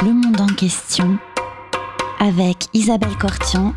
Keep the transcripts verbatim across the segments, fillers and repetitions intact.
Le monde en question avec Isabelle Cortian.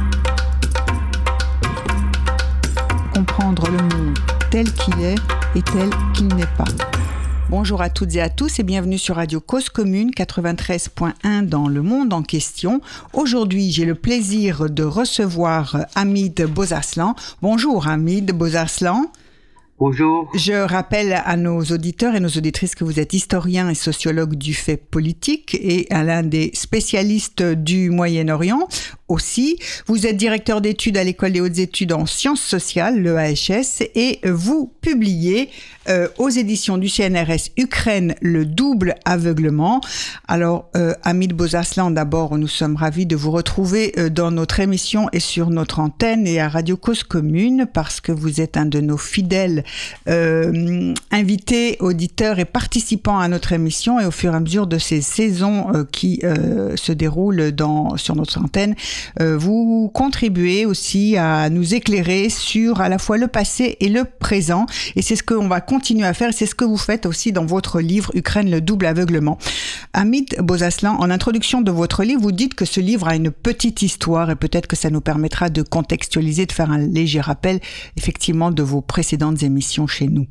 Comprendre le monde tel qu'il est et tel qu'il n'est pas. Bonjour à toutes et à tous et bienvenue sur Radio Cause Commune quatre-vingt-treize point un dans Le Monde en question. Aujourd'hui, j'ai le plaisir de recevoir Hamid Bozarslan. Bonjour Hamid Bozarslan. Bonjour. Je rappelle à nos auditeurs et nos auditrices que vous êtes historien et sociologue du fait politique et l'un des spécialistes du Moyen-Orient aussi. Vous êtes directeur d'études à l'École des hautes études en sciences sociales, l'E A H S, et vous publiez euh, aux éditions du C N R S Ukraine le double aveuglement. Alors, euh, Hamid Bozarslan, d'abord, nous sommes ravis de vous retrouver euh, dans notre émission et sur notre antenne et à Radio Cause Commune parce que vous êtes un de nos fidèles Euh, invités, auditeurs et participants à notre émission, et au fur et à mesure de ces saisons euh, qui euh, se déroulent dans, sur notre antenne, euh, vous contribuez aussi à nous éclairer sur à la fois le passé et le présent, et c'est ce qu'on va continuer à faire, et c'est ce que vous faites aussi dans votre livre Ukraine, le double aveuglement. Hamid Bozarslan, en introduction de votre livre, vous dites que ce livre a une petite histoire, et peut-être que ça nous permettra de contextualiser, de faire un léger rappel effectivement de vos précédentes émissions chez nous.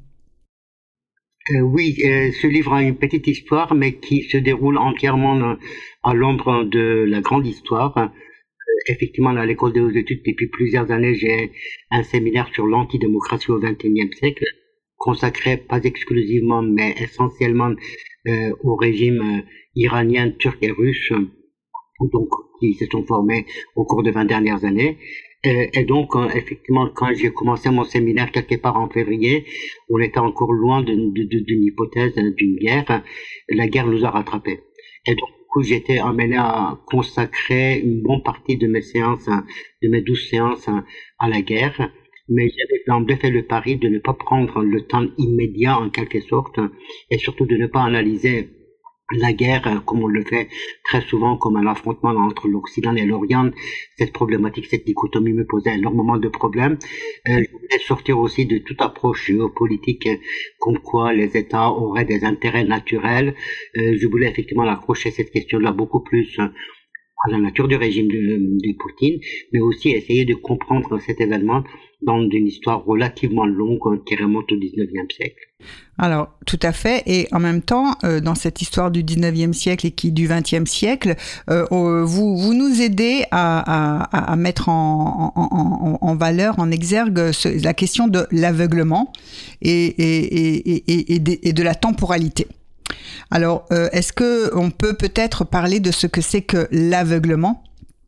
Euh, oui, euh, ce livre a une petite histoire, mais qui se déroule entièrement à l'ombre de la grande histoire. Euh, effectivement, à l'École des hautes études, depuis plusieurs années, j'ai un séminaire sur l'antidémocratie au vingt et unième siècle, consacré pas exclusivement, mais essentiellement euh, au régime euh, iranien, turc et russe, donc qui se sont formés au cours des vingt dernières années. Et, et donc, euh, effectivement, quand j'ai commencé mon séminaire quelque part en février, on était encore loin d'une, d'une hypothèse d'une guerre. La guerre nous a rattrapés. Et donc, du coup, j'ai été amené à consacrer une bonne partie de mes séances, de mes douze séances à la guerre. Mais j'avais d'emblée fait le pari de ne pas prendre le temps immédiat en quelque sorte, et surtout de ne pas analyser la guerre, comme on le fait très souvent, comme un affrontement entre l'Occident et l'Orient. Cette problématique, cette dichotomie me posait énormément de problèmes. Euh, je voulais sortir aussi de toute approche géopolitique, comme quoi les États auraient des intérêts naturels. Euh, je voulais effectivement accrocher cette question-là beaucoup plus à la nature du régime de, de Poutine, mais aussi essayer de comprendre cet événement dans une histoire relativement longue qui remonte au dix-neuvième siècle. Alors, tout à fait. Et en même temps, euh, dans cette histoire du dix-neuvième siècle et qui du vingtième siècle, euh, vous, vous nous aidez à, à, à mettre en, en, en, en valeur, en exergue, ce, la question de l'aveuglement et, et, et, et, et, de, et de la temporalité. Alors, euh, est-ce qu'on peut peut-être parler de ce que c'est que l'aveuglement,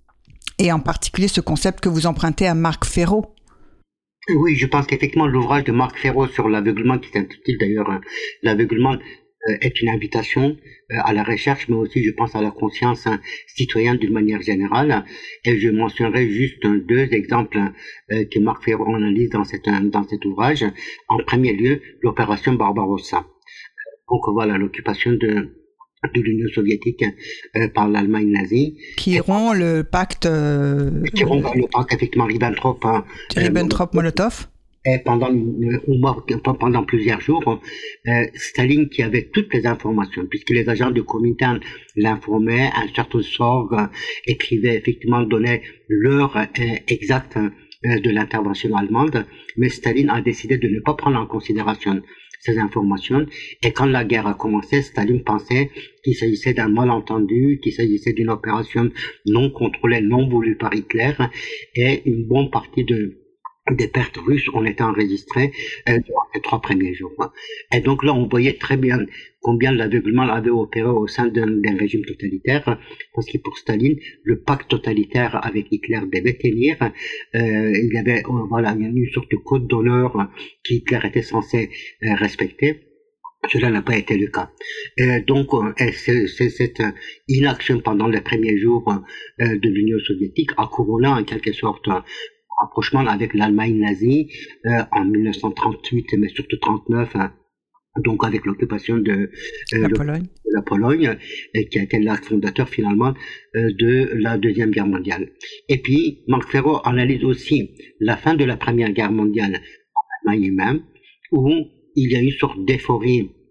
et en particulier ce concept que vous empruntez à Marc Ferro? Oui, je pense qu'effectivement l'ouvrage de Marc Ferro sur l'aveuglement, qui s'intitule d'ailleurs hein, l'aveuglement, euh, est une invitation euh, à la recherche, mais aussi je pense à la conscience hein, citoyenne d'une manière générale. Et je mentionnerai juste hein, deux exemples euh, que Marc Ferro analyse dans, cette, dans cet ouvrage. En premier lieu, l'opération Barbarossa. Donc voilà, l'occupation de de l'Union soviétique euh, par l'Allemagne nazie. Qui rompt le pacte... Euh, qui rompt le pacte, effectivement, Ribbentrop. Hein, Ribbentrop-Molotov. Et pendant, au moins, pendant plusieurs jours, euh, Staline qui avait toutes les informations, puisque les agents de Comintern l'informaient, un certain Sorg euh, écrivait, effectivement, donnait l'heure euh, exacte euh, de l'intervention allemande, mais Staline a décidé de ne pas prendre en considération ces informations. Et quand la guerre a commencé, Staline pensait qu'il s'agissait d'un malentendu, qu'il s'agissait d'une opération non contrôlée, non voulue par Hitler, et une bonne partie de des pertes russes ont été enregistrées euh, durant les trois premiers jours. Et donc là, on voyait très bien combien l'aveuglement avait opéré au sein d'un, d'un régime totalitaire, parce que pour Staline, le pacte totalitaire avec Hitler devait tenir. Euh, il y avait euh, voilà, une sorte de code d'honneur qu'Hitler était censé euh, respecter. Cela n'a pas été le cas. Euh, donc, euh, c'est, c'est cette inaction pendant les premiers jours euh, de l'Union soviétique a couronné en quelque sorte rapprochement avec l'Allemagne nazie euh, en mille neuf cent trente-huit, mais surtout trente-neuf, hein, donc avec l'occupation de, euh, la, le, Pologne. de la Pologne, et qui a été l'acte fondateur finalement euh, de la Deuxième Guerre mondiale. Et puis, Marc Ferro analyse aussi la fin de la Première Guerre mondiale en Allemagne même, où il y a une sorte d'euphorie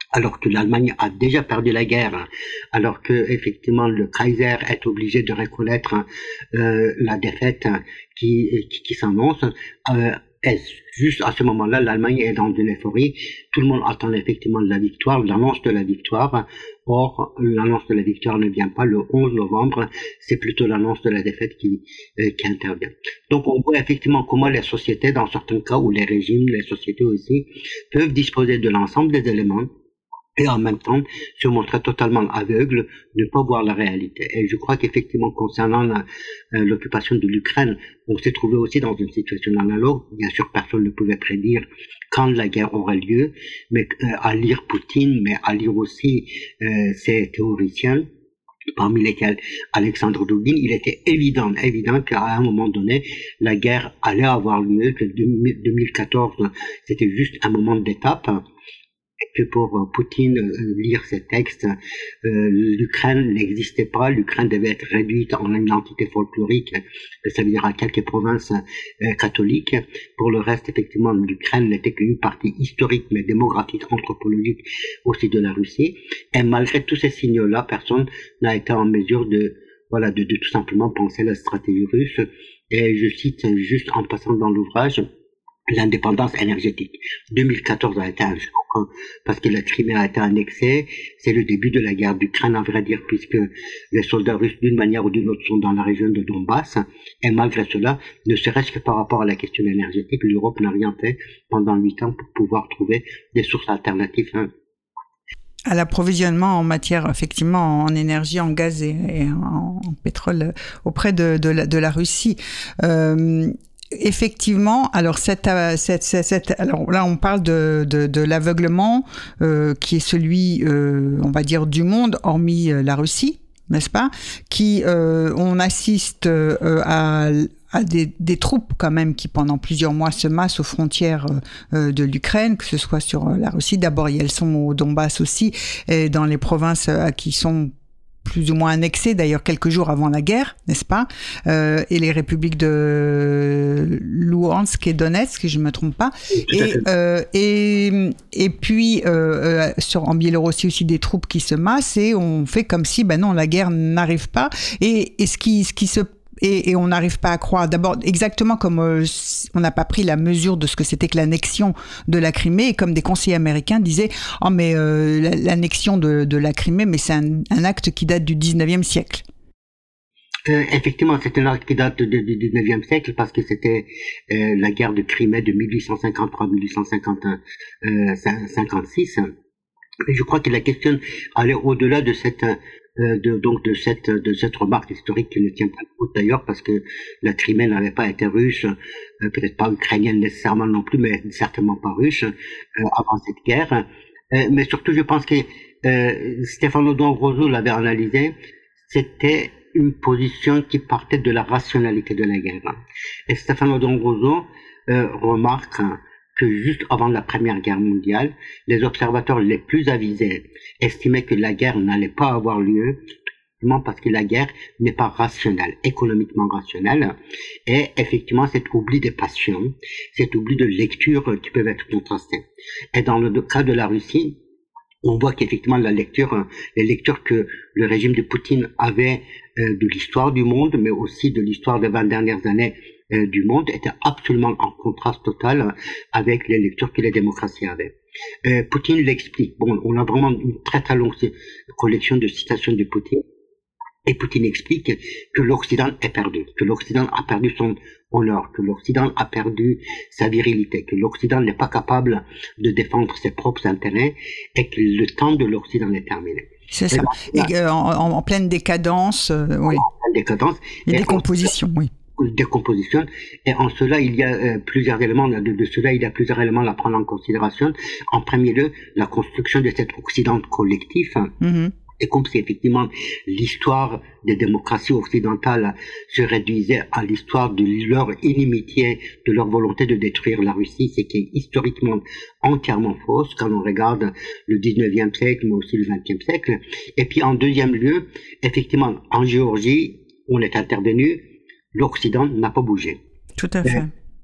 alors que l'Allemagne a déjà perdu la guerre, alors que effectivement le Kaiser est obligé de reconnaître euh, la défaite qui, qui, qui s'annonce. Euh, Et juste à ce moment-là, l'Allemagne est dans une euphorie. Tout le monde attend effectivement la victoire, l'annonce de la victoire. Or, l'annonce de la victoire ne vient pas le onze novembre. C'est plutôt l'annonce de la défaite qui, euh, qui intervient. Donc, on voit effectivement comment les sociétés, dans certains cas, ou les régimes, les sociétés aussi, peuvent disposer de l'ensemble des éléments et en même temps se montrer totalement aveugle, ne pas voir la réalité. Et je crois qu'effectivement, concernant la, euh, l'occupation de l'Ukraine, on s'est trouvé aussi dans une situation analogue. Bien sûr, personne ne pouvait prédire quand la guerre aurait lieu, mais euh, à lire Poutine, mais à lire aussi euh, ces théoriciens, parmi lesquels Alexandre Dugin, il était évident, évident qu'à un moment donné, la guerre allait avoir lieu, que deux mille quatorze, c'était juste un moment d'étape, que pour Poutine euh, lire ces textes, euh, l'Ukraine n'existait pas, l'Ukraine devait être réduite en une entité folklorique, ça veut dire à quelques provinces euh, catholiques. Pour le reste, effectivement, l'Ukraine n'était qu'une partie historique, mais démographique, anthropologique aussi de la Russie. Et malgré tous ces signaux-là, personne n'a été en mesure de, voilà, de, de tout simplement penser la stratégie russe. Et je cite juste en passant dans l'ouvrage, l'indépendance énergétique. deux mille quatorze a été un choc, parce que la Crimée a été annexée. C'est le début de la guerre d'Ukraine, à vrai dire, puisque les soldats russes, d'une manière ou d'une autre, sont dans la région de Donbass. Et malgré cela, ne serait-ce que par rapport à la question énergétique, l'Europe n'a rien fait pendant huit ans pour pouvoir trouver des sources alternatives, hein, à l'approvisionnement en matière, effectivement, en énergie, en gaz et, et en, en pétrole auprès de, de, la, de la Russie. Euh, Effectivement, alors cette, cette, cette, cette, alors là on parle de, de, de l'aveuglement euh, qui est celui, euh, on va dire, du monde, hormis euh, la Russie, n'est-ce pas, qui euh, on assiste euh, à, à des, des troupes quand même qui pendant plusieurs mois se massent aux frontières euh, de l'Ukraine, que ce soit sur la Russie. D'abord, elles sont au Donbass aussi, et dans les provinces euh, qui sont plus ou moins annexées, d'ailleurs quelques jours avant la guerre, n'est-ce pas, euh, et les républiques de Luhansk et Donetsk, si je ne me trompe pas, et, euh, et, et puis euh, sur, en Biélorussie aussi des troupes qui se massent, et on fait comme si, ben non, la guerre n'arrive pas, et, et ce, qui, ce qui se Et, et on n'arrive pas à croire, d'abord, exactement comme euh, on n'a pas pris la mesure de ce que c'était que l'annexion de la Crimée, et comme des conseillers américains disaient « Oh, mais euh, l'annexion de, de la Crimée, mais c'est un, un acte qui date du dix-neuvième siècle. » Euh, effectivement, c'est un acte qui date du dix-neuvième siècle, parce que c'était euh, la guerre de Crimée de mille huit cent cinquante-trois à mille huit cent cinquante-six. Et je crois que la question allait au-delà de cette... De, donc de cette de cette remarque historique qui ne tient pas compte d'ailleurs, parce que la Crimée n'avait pas été russe, euh, peut-être pas ukrainienne nécessairement non plus, mais certainement pas russe euh, avant cette guerre. Euh, mais surtout, je pense que euh, Stefano Don Rosso l'avait analysé, c'était une position qui partait de la rationalité de la guerre. Et Stefano Don Rosso euh, remarque que juste avant la Première Guerre mondiale, les observateurs les plus avisés estimaient que la guerre n'allait pas avoir lieu, parce que la guerre n'est pas rationnelle, économiquement rationnelle, et effectivement cet oubli des passions, cet oubli de lectures qui peuvent être contrastées. Et dans le cas de la Russie, on voit qu'effectivement la lecture, les lectures que le régime de Poutine avait euh, de l'histoire du monde, mais aussi de l'histoire des vingt dernières années euh, du monde, étaient absolument en contraste total avec les lectures que les démocraties avaient. Euh, Poutine l'explique. Bon, on a vraiment une très très longue collection de citations de Poutine. Et Poutine explique que l'Occident est perdu, que l'Occident a perdu son honneur, que l'Occident a perdu sa virilité, que l'Occident n'est pas capable de défendre ses propres intérêts et que le temps de l'Occident est terminé. C'est ça. Et, et euh, en, en pleine décadence, euh, oui. En pleine décadence. Et, et décomposition, en, oui. Décomposition. Et en cela, il y a euh, plusieurs éléments, de, de cela, il y a plusieurs éléments à prendre en considération. En premier lieu, la construction de cet Occident collectif. Mm-hmm. Et comme si effectivement l'histoire des démocraties occidentales se réduisait à l'histoire de leur inimitié, de leur volonté de détruire la Russie, c'est qui est historiquement entièrement fausse quand on regarde le dix-neuvième siècle, mais aussi le vingtième siècle. Et puis en deuxième lieu, effectivement, en Géorgie, on est intervenu, l'Occident n'a pas bougé. Tout à fait.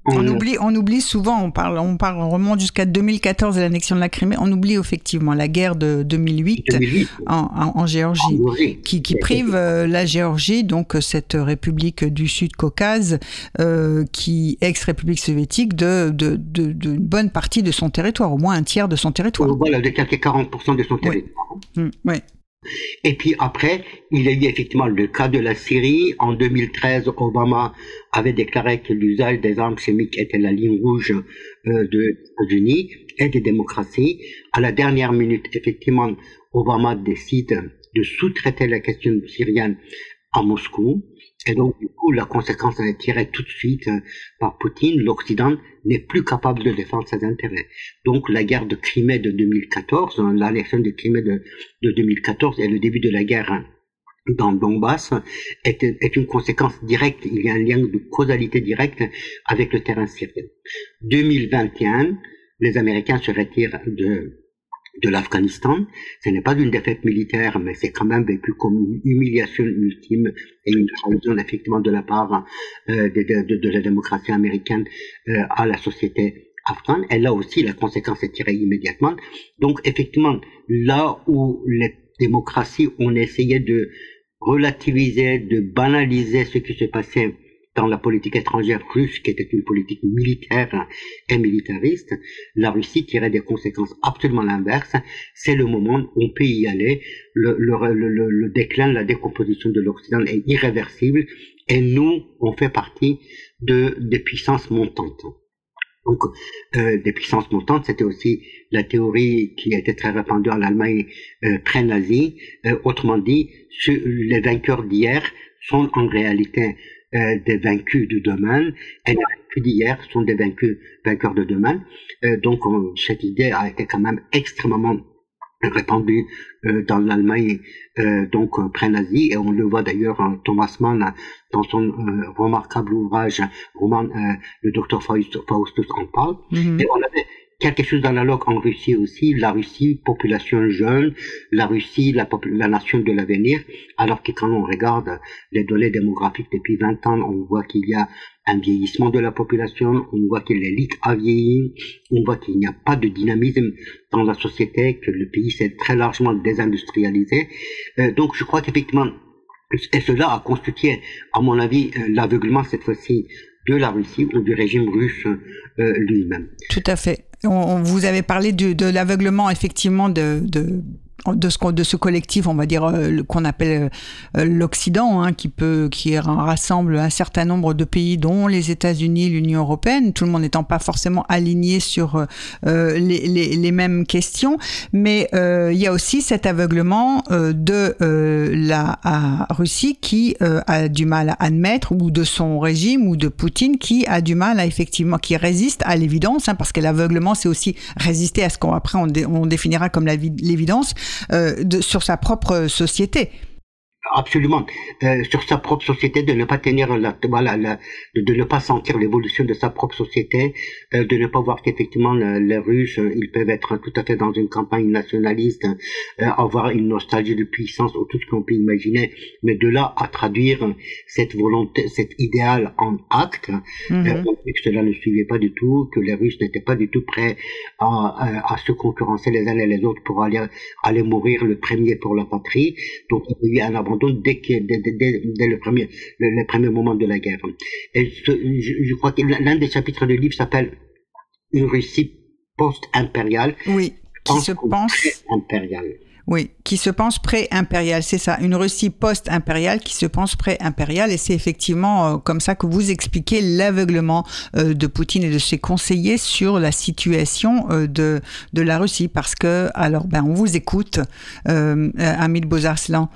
On, on oublie, on oublie souvent, on parle, on parle, on remonte jusqu'à deux mille quatorze, l'annexion de la Crimée. On oublie effectivement la guerre de deux mille huit, deux mille huit en, en, en Géorgie, en qui, qui prive euh, la Géorgie, donc cette république du Sud-Caucase, euh, qui ex-république soviétique, de, de, de, de une bonne partie de son territoire, au moins un tiers de son territoire. Voilà, de quelques quarante pour cent de son territoire. Oui. Mmh, ouais. Et puis après, il y a eu effectivement le cas de la Syrie. En deux mille treize, Obama avait déclaré que l'usage des armes chimiques était la ligne rouge euh, des États-Unis et des démocraties. À la dernière minute, effectivement, Obama décide de sous-traiter la question syrienne à Moscou. Et donc, du coup, la conséquence est tirée tout de suite euh, par Poutine. L'Occident n'est plus capable de défendre ses intérêts. Donc, la guerre de Crimée de deux mille quatorze, hein, l'annexion de Crimée de, de deux mille quatorze et le début de la guerre hein, dans le Donbass est, est une conséquence directe. Il y a un lien de causalité directe avec le terrain syrien. deux mille vingt et un, les Américains se retirent de de l'Afghanistan. Ce n'est pas une défaite militaire, mais c'est quand même vécu comme une humiliation ultime et une trahison effectivement de la part euh, de, de, de la démocratie américaine euh, à la société afghane. Et là aussi, la conséquence est tirée immédiatement. Donc effectivement, là où les démocraties ont essayé de relativiser, de banaliser ce qui se passait dans la politique étrangère russe, qui était une politique militaire et militariste, la Russie tirait des conséquences absolument l'inverse. C'est le moment où on peut y aller. Le, le, le, le déclin, la décomposition de l'Occident est irréversible et nous, on fait partie de, des puissances montantes. Donc, euh, des puissances montantes, c'était aussi la théorie qui était très répandue en Allemagne euh, pré-nazie. Euh, autrement dit, ce, les vainqueurs d'hier sont en réalité Euh, des vaincus de demain, et les vaincus d'hier sont des vaincus vainqueurs de demain. Euh, donc on, cette idée a été quand même extrêmement répandue euh, dans l'Allemagne euh, donc euh, pré-nazie, et on le voit d'ailleurs en Thomas Mann dans son euh, remarquable ouvrage roman euh, le docteur Faustus, Faustus en parle. Mm-hmm. Et on avait quelque chose d'analogue en Russie aussi, la Russie, population jeune, la Russie, la, la nation de l'avenir, alors que quand on regarde les données démographiques depuis vingt ans, on voit qu'il y a un vieillissement de la population, on voit que l'élite a vieilli, on voit qu'il n'y a pas de dynamisme dans la société, que le pays s'est très largement désindustrialisé. Euh, donc je crois qu'effectivement, et cela a constitué, à mon avis, l'aveuglement cette fois-ci de la Russie ou du régime russe euh, lui-même. Tout à fait. On, on, vous avez parlé de, de l'aveuglement, effectivement, de, de, de, ce, de ce collectif, on va dire, euh, qu'on appelle euh, l'Occident, hein, qui, peut, qui rassemble un certain nombre de pays, dont les États-Unis, l'Union européenne, tout le monde n'étant pas forcément aligné sur euh, les, les, les mêmes questions. Mais euh, il y a aussi cet aveuglement euh, de euh, la Russie qui euh, a du mal à admettre, ou de son régime, ou de Poutine qui a du mal à effectivement, qui résiste à l'évidence, hein, parce que l'aveuglement, c'est aussi résister à ce qu'on après on, dé, on définira comme la, l'évidence euh, de, sur sa propre société. Absolument. Euh, sur sa propre société, de ne pas tenir la, voilà, la, de, de ne pas sentir l'évolution de sa propre société, euh, de ne pas voir qu'effectivement le, les Russes, euh, ils peuvent être tout à fait dans une campagne nationaliste, euh, avoir une nostalgie de puissance ou tout ce qu'on peut imaginer, mais de là à traduire cette volonté, cet idéal en acte, mm-hmm. euh, que cela ne suivait pas du tout, que les Russes n'étaient pas du tout prêts à, à, à se concurrencer les uns et les autres pour aller, aller mourir le premier pour la patrie. Donc il y a un abandon Dès, que, dès, dès, dès le premier le, le premier moment de la guerre. Et je, je, je crois que l'un des chapitres du livre s'appelle Une Russie post-impériale. Oui, qui se pense impériale. Oui, qui se pense pré-impériale, c'est ça, une Russie post-impériale qui se pense pré-impériale, et c'est effectivement euh, comme ça que vous expliquez l'aveuglement euh, de Poutine et de ses conseillers sur la situation euh, de de la Russie, parce que alors ben on vous écoute, euh, Hamid Bozarslan.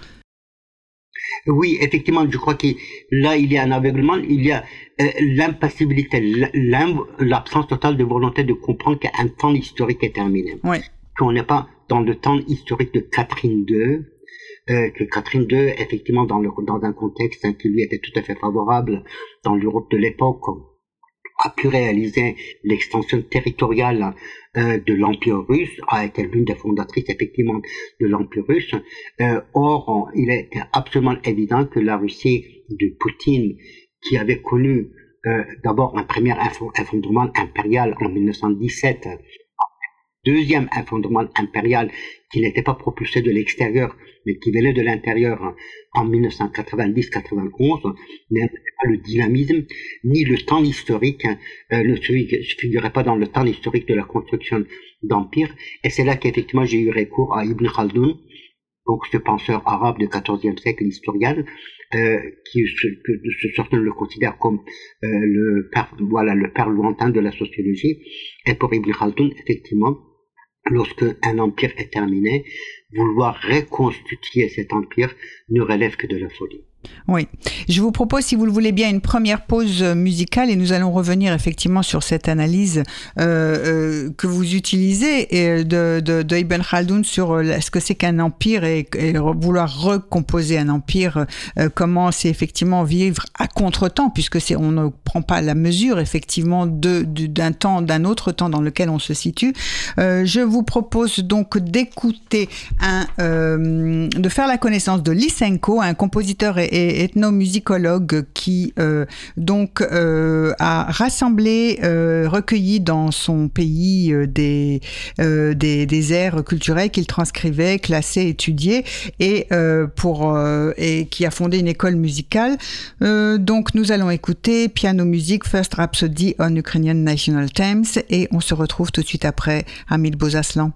Oui, effectivement, je crois que là, il y a un aveuglement, il y a euh, l'impassibilité, l'absence totale de volonté de comprendre qu'un temps historique est terminé. Oui. Qu'on n'est pas dans le temps historique de Catherine deux, euh, que Catherine deux, effectivement, dans, le, dans un contexte hein, qui lui était tout à fait favorable dans l'Europe de l'époque, a pu réaliser l'extension territoriale euh, de l'Empire russe, a été l'une des fondatrices effectivement de l'Empire russe. Euh, or, il est absolument évident que la Russie de Poutine, qui avait connu euh, d'abord un premier effondrement impérial en mille neuf cent dix-sept, deuxième effondrement impérial qui n'était pas propulsé de l'extérieur, mais qui venait de l'intérieur en mille neuf cent quatre-vingt-dix quatre-vingt-onze, n'avait pas le dynamisme, ni le temps historique, euh, ne se figurait pas dans le temps historique de la construction d'empire, et c'est là qu'effectivement j'ai eu recours à Ibn Khaldoun, donc ce penseur arabe du quatorzième siècle, historien, euh, qui que, certains le considèrent comme euh, le père, voilà, le père lointain de la sociologie, et pour Ibn Khaldoun, effectivement, lorsque un empire est terminé, vouloir reconstituer cet empire ne relève que de la folie. Oui, je vous propose, si vous le voulez bien, une première pause musicale et nous allons revenir effectivement sur cette analyse euh, euh, que vous utilisez de, de, de Ibn Khaldoun sur ce que c'est qu'un empire et, et vouloir recomposer un empire, euh, comment c'est effectivement vivre à contre-temps, puisque c'est, on ne prend pas la mesure effectivement de, de, d'un temps, d'un autre temps dans lequel on se situe. Euh, je vous propose donc d'écouter un, euh, de faire la connaissance de Lysenko, un compositeur et et ethnomusicologue qui euh, donc euh, a rassemblé, euh, recueilli dans son pays euh, des, euh, des des airs culturels qu'il transcrivait, classait, étudiait et euh, pour euh, et qui a fondé une école musicale. Euh, donc nous allons écouter Piano Music First Rhapsody on Ukrainian National Themes et on se retrouve tout de suite après Hamid Bozaslan.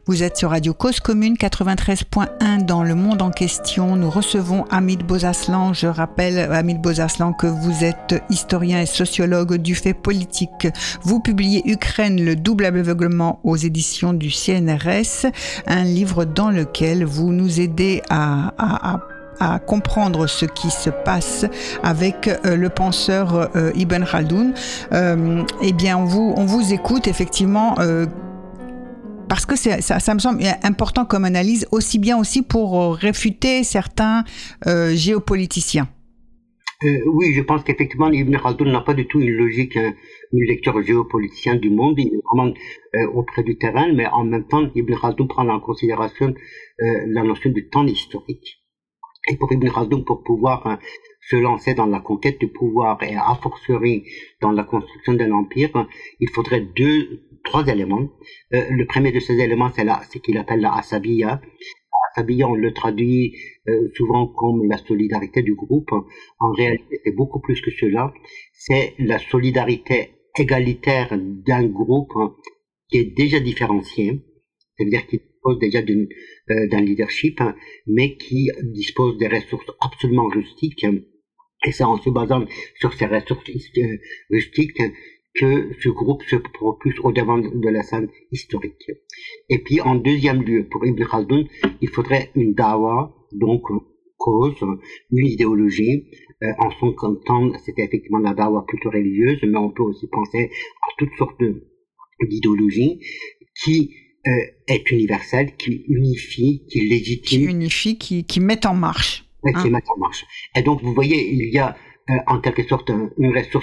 Vous êtes sur Radio Cause Commune quatre-vingt-treize point un dans le monde en question. Nous recevons Hamid Bozaslan. Je rappelle, Hamid Bozaslan, que vous êtes historien et sociologue du fait politique. Vous publiez Ukraine, le double aveuglement aux éditions du C N R S, un livre dans lequel vous nous aidez à, à, à à comprendre ce qui se passe avec euh, le penseur euh, Ibn Khaldoun. Euh, eh bien, on vous, on vous écoute effectivement euh, parce que c'est, ça, ça me semble important comme analyse, aussi bien aussi pour réfuter certains euh, géopoliticiens. Euh, oui, je pense qu'effectivement, Ibn Khaldoun n'a pas du tout une logique, hein, une lecture géopoliticienne du monde. Il est vraiment euh, auprès du terrain, mais en même temps, Ibn Khaldoun prend en considération euh, la notion du temps historique. Et pour Ibn Khaldoun, pour pouvoir hein, se lancer dans la conquête du pouvoir et a fortiori dans la construction d'un empire, hein, il faudrait deux, trois éléments. Euh, le premier de ces éléments, c'est là, c'est qu'il appelle la asabiya. Asabiya, on le traduit euh, souvent comme la solidarité du groupe. En réalité, c'est beaucoup plus que cela. C'est la solidarité égalitaire d'un groupe hein, qui est déjà différencié, c'est-à-dire qu'il dispose déjà d'une, euh, d'un leadership, hein, mais qui dispose des ressources absolument rustiques. Hein, et c'est en se basant sur ces ressources euh, rustiques hein, que ce groupe se propulse au devant de la scène historique. Et puis, en deuxième lieu, pour Ibn Khaldoun, il faudrait une dawa, donc cause, une idéologie. Euh, en son temps, c'était effectivement la dawa plutôt religieuse, mais on peut aussi penser à toutes sortes de, d'idéologies qui Euh, est universelle, qui unifie, qui légitime. Qui unifie, qui, qui met en marche. Oui, hein. Qui met en marche. Et donc, vous voyez, il y a euh, en quelque sorte une ressource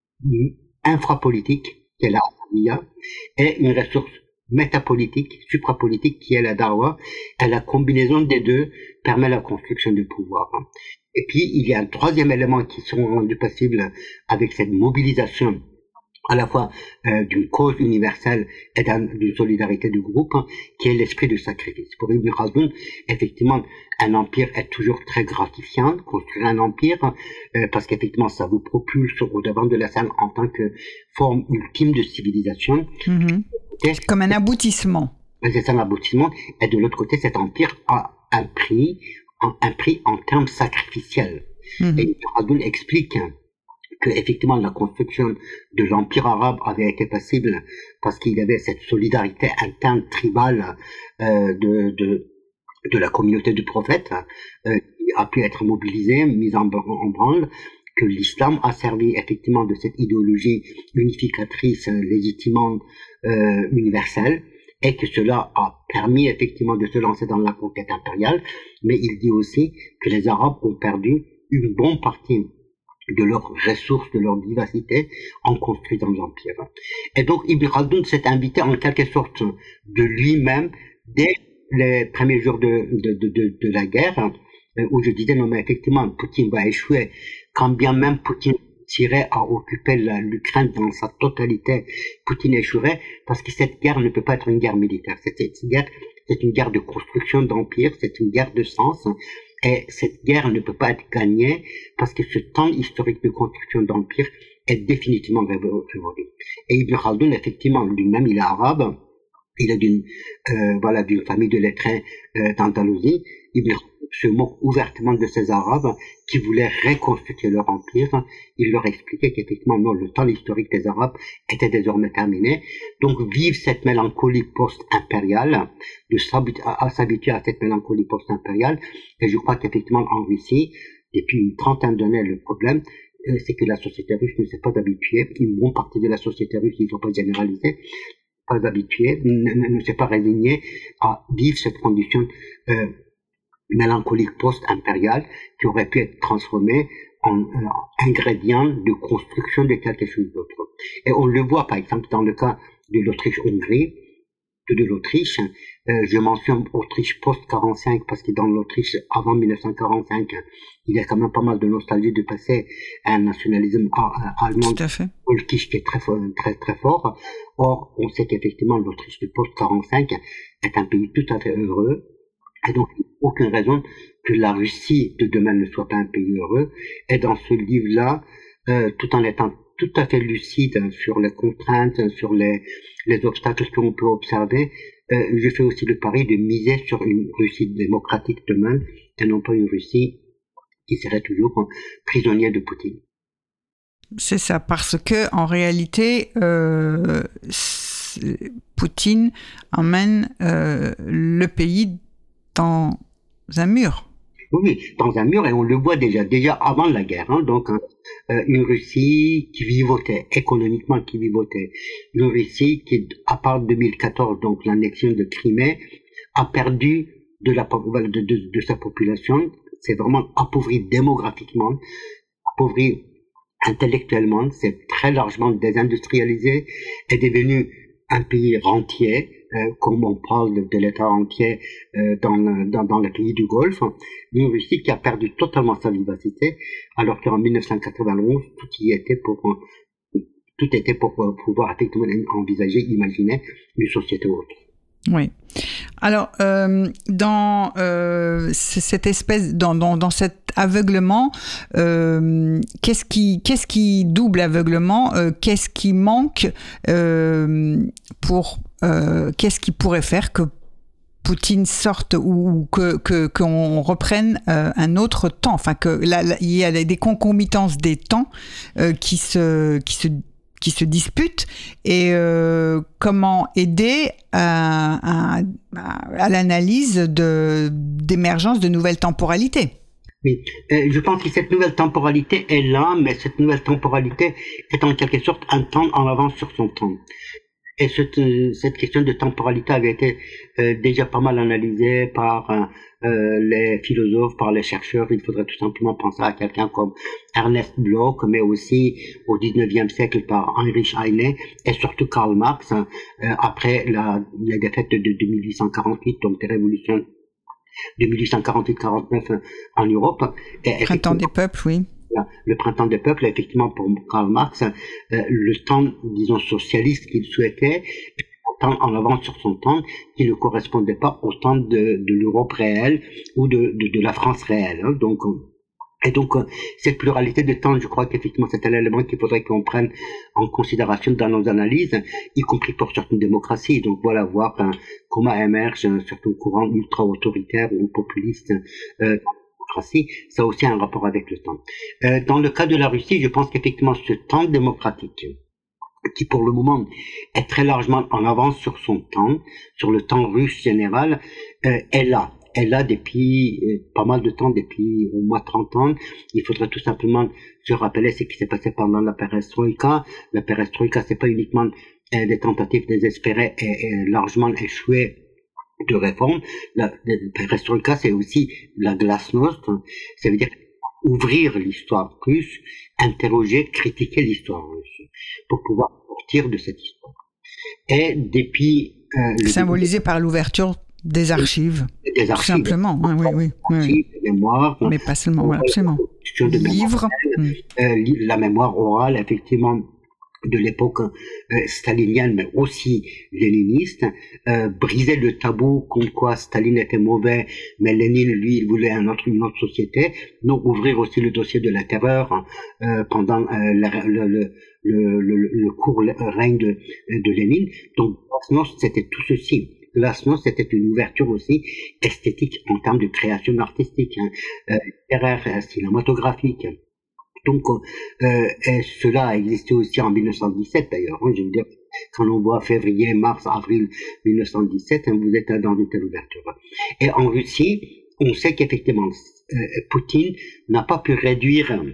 infrapolitique, qui est la Ahmadiyya, et une ressource métapolitique, suprapolitique, qui est la Dawa. Et la combinaison des deux permet la construction du pouvoir. Et puis, il y a un troisième élément qui sont rendus possibles avec cette mobilisation à la fois euh, d'une cause universelle et d'une solidarité du groupe, hein, qui est l'esprit du sacrifice. Pour Ibn Khaldoun, effectivement, un empire est toujours très gratifiant, construire un empire, hein, euh, parce qu'effectivement, ça vous propulse au devant de la scène en tant que forme ultime de civilisation. Mm-hmm. Et, comme un aboutissement. C'est un aboutissement, et de l'autre côté, cet empire a un prix, un, un prix en termes sacrificiels. Mm-hmm. Et Ibn Khaldoun explique hein, que effectivement la construction de l'empire arabe avait été possible parce qu'il y avait cette solidarité interne tribale euh, de, de de la communauté du prophète euh, qui a pu être mobilisée, mise en, en branle, que l'islam a servi effectivement de cette idéologie unificatrice, légitimement euh, universelle, et que cela a permis effectivement de se lancer dans la conquête impériale. Mais il dit aussi que les Arabes ont perdu une bonne partie de leurs ressources, de leur vivacité en construisant l'empire. Et donc Ibn Khaldoun s'est invité en quelque sorte de lui-même dès les premiers jours de, de, de, de, de la guerre, où je disais non mais effectivement Poutine va échouer, quand bien même Poutine tirait à occuper la, l'Ukraine dans sa totalité, Poutine échouerait, parce que cette guerre ne peut pas être une guerre militaire. Cette, cette guerre, c'est une guerre de construction d'empire, c'est une guerre de sens. Et cette guerre ne peut pas être gagnée parce que ce temps historique de construction d'empire est définitivement révolu. Et Ibn Khaldoun, effectivement, lui-même, il est arabe, il est d'une, euh, voilà, d'une famille de lettrés euh, d'Andalousie. Ibn Khaldoun se moque ouvertement de ces Arabes qui voulaient reconstituer leur empire. Il leur expliquait qu'effectivement, non, le temps historique des Arabes était désormais terminé. Donc, vive cette mélancolie post-impériale, de s'habituer à, à s'habituer à cette mélancolie post-impériale. Et je crois qu'effectivement, en Russie, depuis une trentaine d'années, le problème, euh, c'est que la société russe ne s'est pas habituée. Une bonne partie de la société russe, il ne faut pas généraliser, pas habituée, ne, ne, ne s'est pas résignée à vivre cette condition euh, mélancolique post-impériale qui aurait pu être transformée en euh, ingrédient de construction de quelque chose d'autre. Et on le voit par exemple dans le cas de l'Autriche-Hongrie, de, de l'Autriche. Euh, je mentionne Autriche post-quarante-cinq parce que dans l'Autriche avant mille neuf cent quarante-cinq, il y a quand même pas mal de nostalgie de passer à un nationalisme allemand qui est très, très, très fort. Or, on sait qu'effectivement l'Autriche de post-quarante-cinq est un pays tout à fait heureux. Et donc, il n'y a aucune raison que la Russie de demain ne soit pas un pays heureux. Et dans ce livre-là, euh, tout en étant tout à fait lucide sur les contraintes, sur les, les obstacles qu'on peut observer, euh, je fais aussi le pari de miser sur une Russie démocratique demain, et non pas une Russie qui serait toujours prisonnière de Poutine. C'est ça, parce que en réalité, euh, Poutine emmène euh, le pays dans un mur. Oui, dans un mur, et on le voit déjà, déjà avant la guerre. Hein, donc, euh, une Russie qui vivotait, économiquement qui vivotait. Une Russie qui, à part deux mille quatorze, donc l'annexion de Crimée, a perdu de, la, de, de, de sa population. C'est vraiment appauvri démographiquement, appauvri intellectuellement, c'est très largement désindustrialisé, est devenu un pays rentier, euh, comme on parle de, de l'État entier euh, dans, dans, dans les pays du Golfe, une Russie qui a perdu totalement sa vivacité, alors qu'en dix-neuf cent quatre-vingt-onze, tout y était pour, tout était pour pouvoir effectivement envisager, imaginer une société autre. Oui. Alors, euh, dans euh, cette espèce, dans, dans, dans cet aveuglement, euh, qu'est-ce qui, qu'est-ce qui double aveuglement euh, Qu'est-ce qui manque euh, pour euh, qu'est-ce qui pourrait faire que Poutine sorte ou que, que qu'on reprenne euh, un autre temps, enfin que là, là, il y a des concomitances des temps euh, qui se qui se qui se disputent, et euh, comment aider à, à, à l'analyse de, d'émergence de nouvelles temporalités. Oui, euh, je pense que cette nouvelle temporalité est là, mais cette nouvelle temporalité est en quelque sorte un temps en avance sur son temps. Et cette, cette question de temporalité avait été euh, déjà pas mal analysée par euh, les philosophes, par les chercheurs. Il faudrait tout simplement penser à quelqu'un comme Ernest Bloch, mais aussi au dix-neuvième siècle par Heinrich Heine et surtout Karl Marx, euh, après la, la défaite de, de mille huit cent quarante-huit, donc des révolutions de mille huit cent quarante-huit quarante-neuf en Europe. Et Printemps des peuples, oui. Le printemps des peuples, effectivement, pour Karl Marx, euh, le temps, disons, socialiste qu'il souhaitait, un temps en avance sur son temps, qui ne correspondait pas au temps de, de l'Europe réelle ou de, de, de la France réelle. Hein. Donc, et donc, cette pluralité de temps, je crois qu'effectivement, c'est un élément qu'il faudrait qu'on prenne en considération dans nos analyses, y compris pour certaines démocraties. Donc, voilà, voir hein, comment émerge un certain courant ultra-autoritaire ou populiste euh, ça a aussi un rapport avec le temps. Euh, dans le cas de la Russie, je pense qu'effectivement ce temps démocratique, qui pour le moment est très largement en avance sur son temps, sur le temps russe général, euh, est là. Est là depuis euh, pas mal de temps, depuis au moins trente ans. Il faudrait tout simplement se rappeler ce qui s'est passé pendant la perestroïka. La perestroïka, c'est pas uniquement euh, des tentatives désespérées et, et largement échouées de réforme. La, la perestroïka, c'est aussi la glasnost, ça veut dire ouvrir l'histoire russe, interroger, critiquer l'histoire russe, pour pouvoir sortir de cette histoire. Et depuis... Euh, Symbolisé par l'ouverture des archives, des archives tout simplement, oui, oui, oui. Archives, oui. Mémoires, mais pas seulement, voilà, absolument. Livres. Euh, la mémoire orale, effectivement, de l'époque euh, stalinienne, mais aussi léniniste, euh, briser le tabou comme quoi Staline était mauvais, mais Lénine, lui, il voulait un autre, une autre société. Donc, ouvrir aussi le dossier de la terreur euh, pendant euh, le, le, le, le, le, le court règne de, de Lénine. Donc, glasnost, c'était tout ceci. Glasnost, c'était une ouverture aussi esthétique en termes de création artistique, hein, euh, littéraire, cinématographique. Donc, euh, et cela a existé aussi en mille neuf cent dix-sept d'ailleurs. Hein, je veux dire, quand on voit février, mars, avril mille neuf cent dix-sept, hein, vous êtes dans une telle ouverture. Et en Russie, on sait qu'effectivement, euh, Poutine n'a pas pu réduire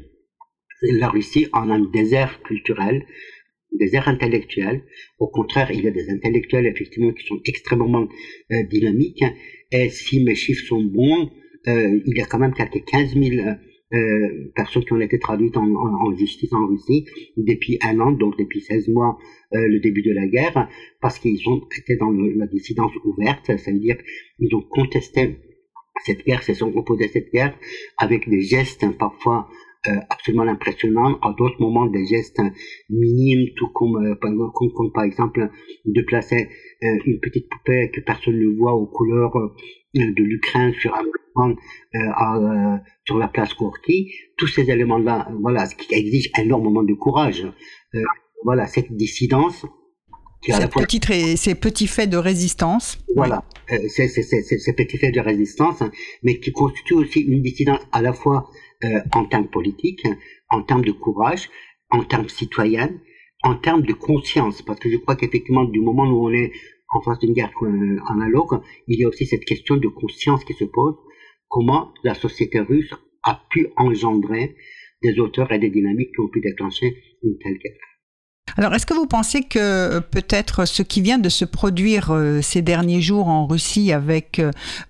la Russie en un désert culturel, désert intellectuel. Au contraire, il y a des intellectuels effectivement qui sont extrêmement euh, dynamiques. Hein, et si mes chiffres sont bons, euh, il y a quand même quelques quinze mille Euh, personnes qui ont été traduites en, en, en justice en Russie depuis un an, donc depuis seize mois, euh, le début de la guerre, parce qu'ils ont été dans le, la dissidence ouverte, ça veut dire qu'ils ont contesté cette guerre, se sont opposés à cette guerre avec des gestes hein, parfois euh, absolument impressionnants, à d'autres moments des gestes hein, minimes, tout comme, euh, comme, comme par exemple de placer euh, une petite poupée que personne ne voit aux couleurs euh, de l'Ukraine sur un euh, à, euh, sur la place Gorky. Tous ces éléments-là, voilà, ce qui exige énormément de courage. Euh, voilà, cette dissidence qui à la fois... petite ré... ces petits faits de résistance. Voilà, oui. euh, c'est, c'est, c'est, c'est, ces petits faits de résistance, hein, mais qui constituent aussi une dissidence à la fois euh, en termes politiques, en termes de courage, en termes citoyens, en termes de conscience, parce que je crois qu'effectivement, du moment où on est en face d'une guerre euh, analogue, il y a aussi cette question de conscience qui se pose. Comment la société russe a pu engendrer des auteurs et des dynamiques qui ont pu déclencher une telle guerre. Alors, est-ce que vous pensez que peut-être ce qui vient de se produire euh, ces derniers jours en Russie avec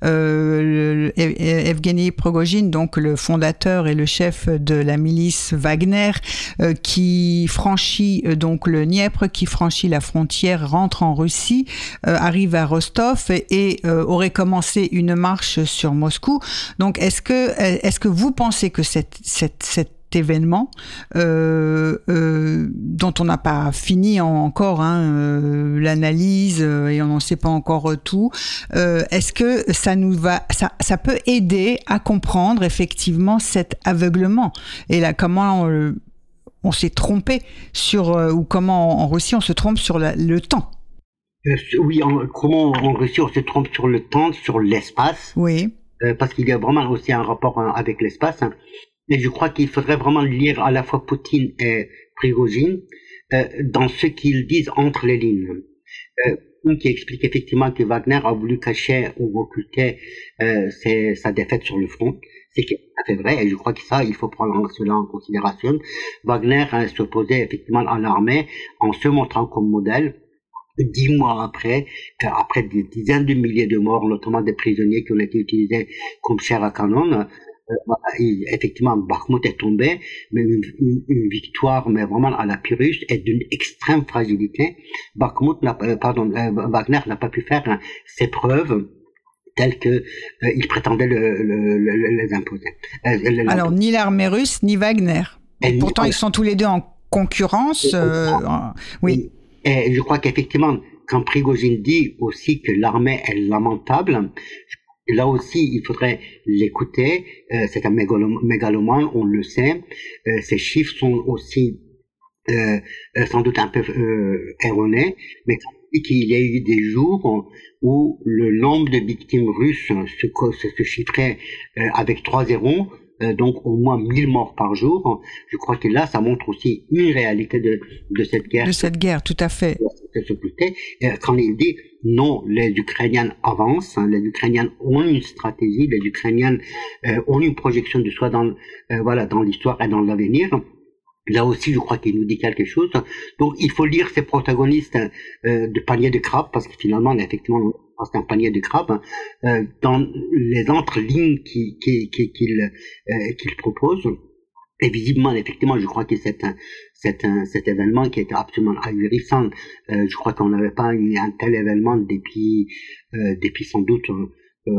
euh, Evgeny Prigojine, donc le fondateur et le chef de la milice Wagner, euh, qui franchit euh, donc le Dniepr, qui franchit la frontière, rentre en Russie, euh, arrive à Rostov et, et euh, aurait commencé une marche sur Moscou. Donc, est-ce que est-ce que vous pensez que cette cette cette événement euh, euh, dont on n'a pas fini encore hein, euh, l'analyse euh, et on n'en sait pas encore tout. Euh, est-ce que ça nous va, ça, ça peut aider à comprendre effectivement cet aveuglement et là comment on, on s'est trompé sur euh, ou comment en, en Russie on se trompe sur la, le temps. Euh, oui, en, comment en Russie on se trompe sur le temps, sur l'espace. Oui. Euh, parce qu'il y a vraiment aussi un rapport hein, avec l'espace. Hein. Et je crois qu'il faudrait vraiment lire à la fois Poutine et Prigojine euh, dans ce qu'ils disent entre les lignes. Euh, qui explique effectivement que Wagner a voulu cacher ou occulter euh, ses, sa défaite sur le front. C'est tout à fait vrai, et je crois que ça, il faut prendre cela en considération. Wagner hein, s'opposait effectivement à l'armée en se montrant comme modèle. Dix mois après, après des dizaines de milliers de morts, notamment des prisonniers qui ont été utilisés comme chair à canon, Euh, il, effectivement, Bakhmut est tombé, mais une, une, une victoire, mais vraiment à la Pyrrhus, est d'une extrême fragilité. Bakhmut, n'a, euh, pardon, euh, Wagner n'a pas pu faire hein, ses preuves telles que euh, il prétendait le, le, le, les imposer. Euh, le, Alors, ni l'armée russe, ni Wagner. Et et pourtant, ni, ils sont tous les deux en concurrence. Euh, en, oui. Et, et je crois qu'effectivement, quand Prigojine dit aussi que l'armée est lamentable, là aussi, il faudrait l'écouter. Euh, c'est un mégalom- mégalomane, on le sait. Euh, ces chiffres sont aussi euh, sans doute un peu euh, erronés, mais qu'il y a eu des jours où le nombre de victimes russes se, se, se chiffrait euh, avec trois zéros, euh, donc au moins mille morts par jour. Je crois que là, ça montre aussi une réalité de, de cette guerre. De cette guerre, tout à fait. Et quand il dit non, les Ukrainiens avancent, hein, les Ukrainiens ont une stratégie, les Ukrainiens euh, ont une projection de soi dans, euh, voilà, dans l'histoire et dans l'avenir. Là aussi, je crois qu'il nous dit quelque chose. Donc, il faut lire ces protagonistes euh, de panier de crabes, parce que finalement, effectivement, c'est un panier de crabes, euh, dans les entrelignes qu'il, qu'il, qu'il, qu'il, euh, qu'il propose. Et visiblement, effectivement, je crois que c'est un, c'est un, cet événement qui était absolument ahurissant. Euh, je crois qu'on n'avait pas eu un tel événement depuis, euh, depuis sans doute euh,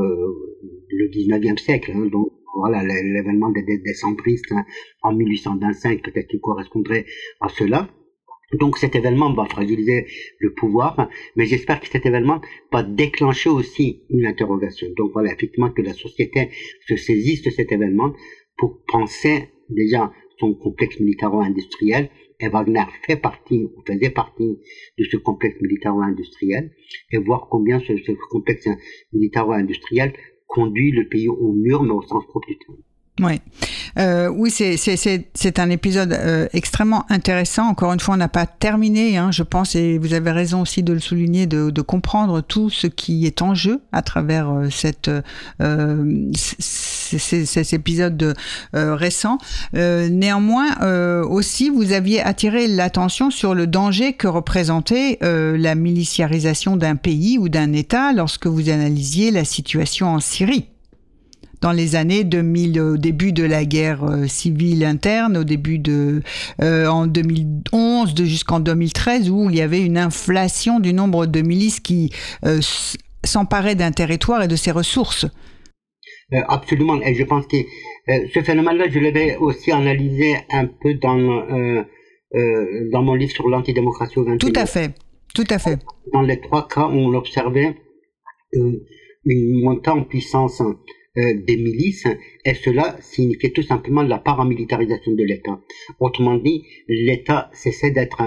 le dix-neuvième siècle. Hein, donc, voilà, l'événement des décembristes hein, en mille huit cent vingt-cinq, peut-être qu'il correspondrait à cela. Donc cet événement va fragiliser le pouvoir, mais j'espère que cet événement va déclencher aussi une interrogation. Donc voilà, effectivement, que la société se saisisse de cet événement pour penser déjà son complexe militaro-industriel, et Wagner fait partie, ou faisait partie de ce complexe militaro-industriel, et voir combien ce, ce complexe militaro-industriel conduit le pays au mur, mais au sens propre du terme. Ouais. Euh, oui, c'est, c'est, c'est, c'est un épisode euh, extrêmement intéressant. Encore une fois, on n'a pas terminé, hein, je pense, et vous avez raison aussi de le souligner, de, de comprendre tout ce qui est en jeu à travers euh, cette, euh, c- c- ces épisodes euh, récents. Euh, néanmoins, euh, aussi, vous aviez attiré l'attention sur le danger que représentait euh, la militarisation d'un pays ou d'un État lorsque vous analysiez la situation en Syrie. Dans les années deux mille, au début de la guerre euh, civile interne, au début de, euh, en deux mille onze de, jusqu'en deux mille treize, où il y avait une inflation du nombre de milices qui euh, s'emparaient d'un territoire et de ses ressources. Euh, absolument, et je pense que euh, ce phénomène-là, je l'avais aussi analysé un peu dans, euh, euh, dans mon livre sur l'antidémocratie au vingt et unième. Tout à fait, tout à fait. Dans les trois cas, on observait euh, une montée en puissance Euh, des milices, et cela signifiait tout simplement la paramilitarisation de l'État. Autrement dit, l'État cessait d'être un,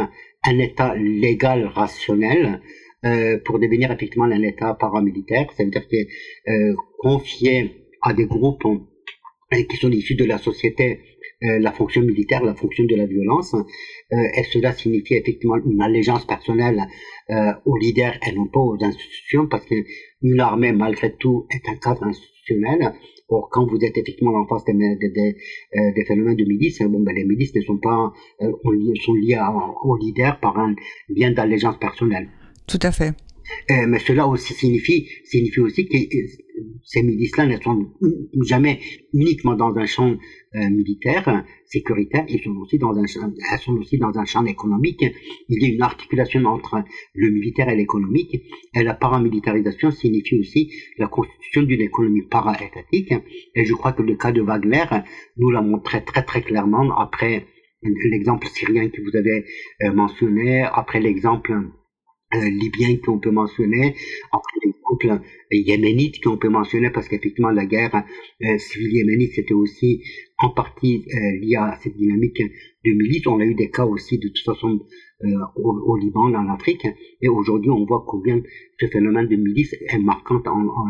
un État légal rationnel euh, pour devenir effectivement un État paramilitaire. Ça veut dire que euh, confier à des groupes euh, qui sont issus de la société euh, la fonction militaire, la fonction de la violence, euh, et cela signifie effectivement une allégeance personnelle euh, aux leaders et non pas aux institutions, parce qu'une armée malgré tout est un cadre institutionnel. Or, quand vous êtes effectivement en face des, des, des, euh, des phénomènes de milices, bon, ben, les milices ne sont pas, euh, sont liées à, aux leaders par un lien d'allégeance personnelle. Tout à fait. Euh, mais cela aussi signifie, signifie aussi que euh, ces milices-là ne sont jamais uniquement dans un champ euh, militaire, sécuritaire, ils sont aussi dans un champ, elles sont aussi dans un champ économique. Il y a une articulation entre le militaire et l'économique, et la paramilitarisation signifie aussi la constitution d'une économie para-étatique, et je crois que le cas de Wagner nous l'a montré très très clairement, après l'exemple syrien que vous avez euh, mentionné, après l'exemple Euh, libyens qu'on peut mentionner, après l'exemple euh, yéménite qu'on peut mentionner, parce qu'effectivement la guerre euh, civile yéménite c'était aussi en partie euh, lié à cette dynamique de milice. On a eu des cas aussi de toute façon euh, au, au Liban, en Afrique, et aujourd'hui on voit combien ce phénomène de milice est marquant, en, en,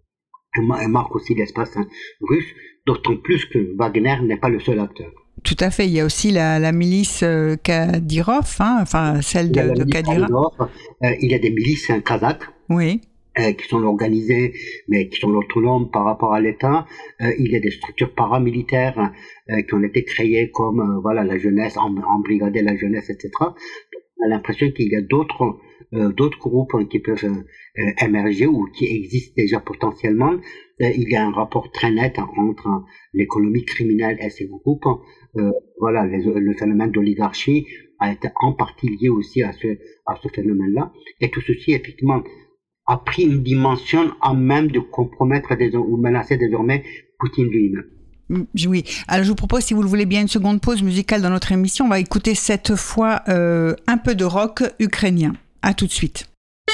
en, en marque aussi l'espace russe, d'autant plus que Wagner n'est pas le seul acteur. Tout à fait. Il y a aussi la, la milice euh, Kadyrov, hein, enfin celle de, de Kadyrov. Euh, il y a des milices hein, kazakhs. Oui. Euh, qui sont organisées, mais qui sont autonomes par rapport à l'État. Euh, il y a des structures paramilitaires euh, qui ont été créées comme euh, voilà la jeunesse, en, embrigader la jeunesse, et cetera. On a l'impression qu'il y a d'autres euh, d'autres groupes hein, qui peuvent euh, émerger ou qui existent déjà potentiellement. Euh, il y a un rapport très net hein, entre hein, l'économie criminelle et ces groupes. Euh, voilà, les, le phénomène d'oligarchie a été en partie lié aussi à ce à ce phénomène-là. Et tout ceci effectivement a pris une dimension à même de compromettre des, ou menacer désormais Poutine lui-même. Oui. Alors, je vous propose, si vous le voulez bien, une seconde pause musicale dans notre émission. On va écouter cette fois euh, un peu de rock ukrainien. À tout de suite.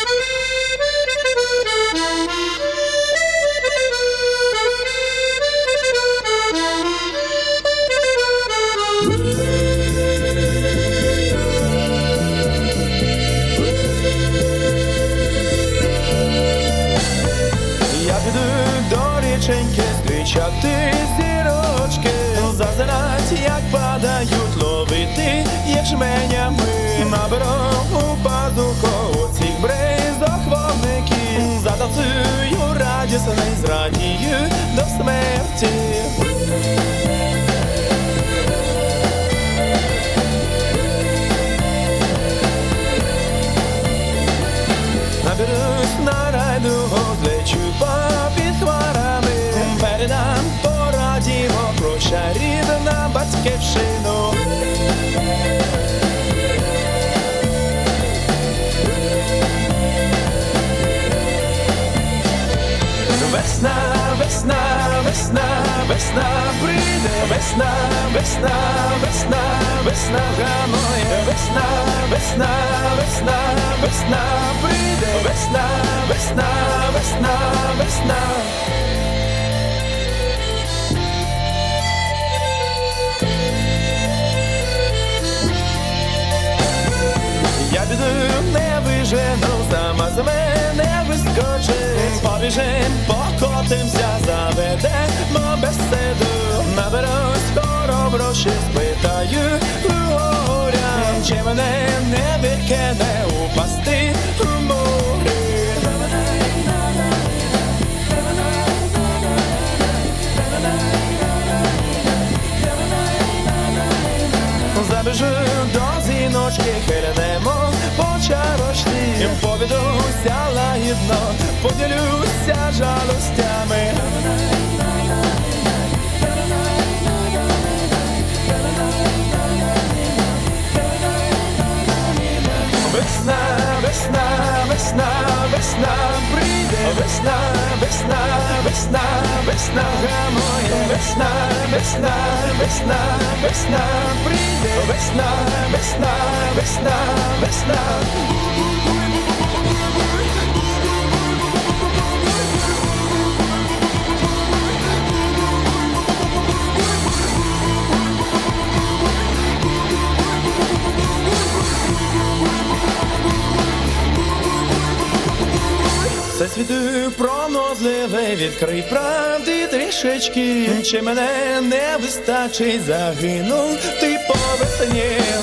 Зустрічати зірочки, зазирать, як падають, ловити, як жменями. Наберу у пазуху цих бризок вогників, затанцюю радісний, зрадію до смерті. Наберусь на райду, злечу попід хмарами, передам по радіо про чарівну батьківщину. Весна, весна, весна, весна прийде, весна, весна, весна, весна гамує, весна, весна, весна, весна прийде, весна, весна, весна, весна. Я піду, не вижену, сама з мене вискочить. Побіжим, покотимся, заведемо беседу. Наберусь скоро гроші, спитаю у горя, чи мене не викине упасти у морі. Забіжу до зіночки, хилянемо по чарочці, повідуся лагідно, поділюся жалостями. Весна, весна, весна, весна прийде, весна, весна, весна, весна гамує, весна, весна, весна, весна прийде, весна, весна, весна, весна. Всесвіту пронозливий, відкрий правди трішечки. Чи мене не вистачить, загинув ти по весні.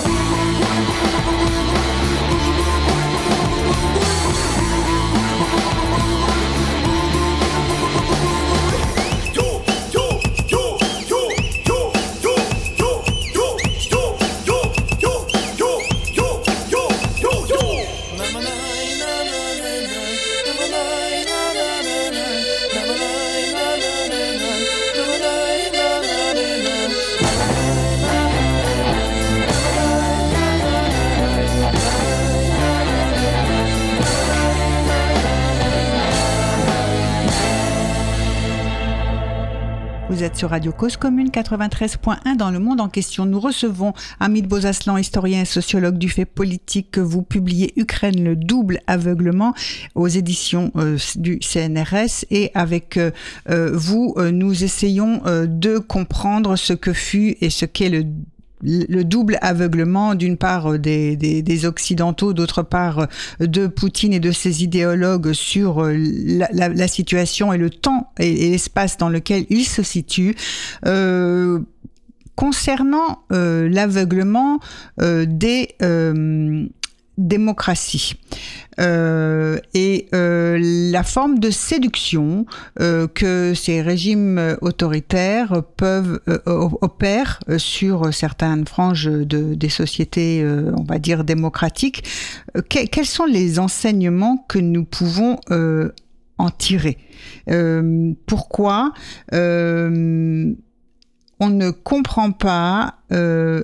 Vous êtes sur Radio Cause Commune quatre-vingt-treize point un dans le monde en question. Nous recevons Hamid Bozaslan, historien et sociologue du fait politique, que vous publiez Ukraine, le double aveuglement aux éditions euh, du C N R S. Et avec euh, vous, euh, nous essayons euh, de comprendre ce que fut et ce qu'est le le double aveuglement, d'une part des, des, des Occidentaux, d'autre part de Poutine et de ses idéologues sur la, la, la situation et le temps et, et l'espace dans lequel il se situe. Euh, concernant euh, l'aveuglement euh, des euh, démocraties euh, et euh, la forme de séduction euh, que ces régimes autoritaires peuvent euh, opèrent sur certaines franges de, des sociétés, euh, on va dire démocratiques. Que, quels sont les enseignements que nous pouvons euh, en tirer? euh, Pourquoi euh, on ne comprend pas euh,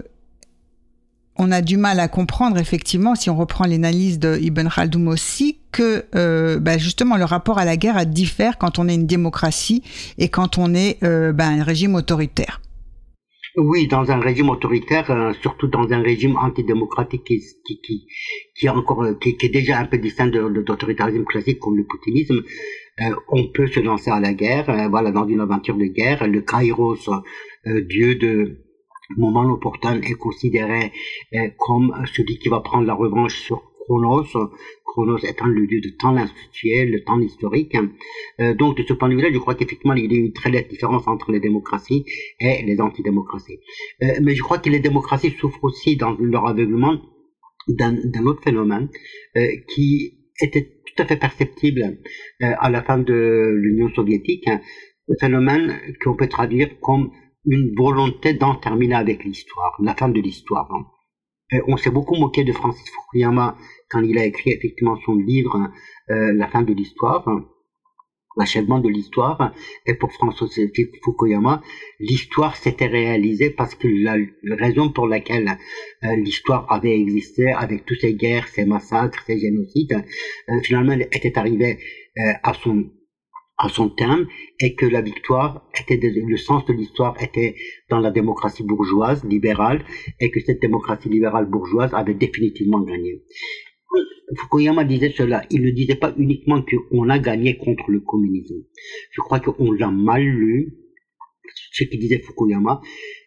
on a du mal à comprendre, effectivement, si on reprend l'analyse de Ibn Khaldoun aussi, que euh, bah justement le rapport à la guerre diffère quand on est une démocratie et quand on est euh, bah, un régime autoritaire. Oui, dans un régime autoritaire, euh, surtout dans un régime antidémocratique qui, qui, qui, qui, est, encore, qui, qui est déjà un peu distinct de, de, d'autoritarisme classique comme le poutinisme, euh, on peut se lancer à la guerre, euh, voilà, dans une aventure de guerre. Le Kairos, euh, dieu de moment opportun, est considéré euh, comme celui qui va prendre la revanche sur Chronos, Chronos étant le dieu de temps institutionnel, le temps historique. Euh, donc de ce point de vue-là, je crois qu'effectivement il y a une très nette différence entre les démocraties et les antidémocraties. Euh, mais je crois que les démocraties souffrent aussi dans leur aveuglement d'un, d'un autre phénomène euh, qui était tout à fait perceptible euh, à la fin de l'Union soviétique, un phénomène qu'on peut traduire comme une volonté d'en terminer avec l'histoire, la fin de l'histoire. Euh, on s'est beaucoup moqué de Francis Fukuyama quand il a écrit effectivement son livre euh, La fin de l'histoire, l'achèvement de l'histoire. Et pour Francis Fukuyama, l'histoire s'était réalisée parce que la, la raison pour laquelle euh, l'histoire avait existé, avec toutes ces guerres, ces massacres, ces génocides, euh, finalement était arrivée euh, à son à son terme, et que la victoire était, de, le sens de l'histoire était dans la démocratie bourgeoise, libérale, et que cette démocratie libérale bourgeoise avait définitivement gagné. Fukuyama disait cela, il ne disait pas uniquement qu'on a gagné contre le communisme. Je crois qu'on l'a mal lu, ce qu'il disait Fukuyama,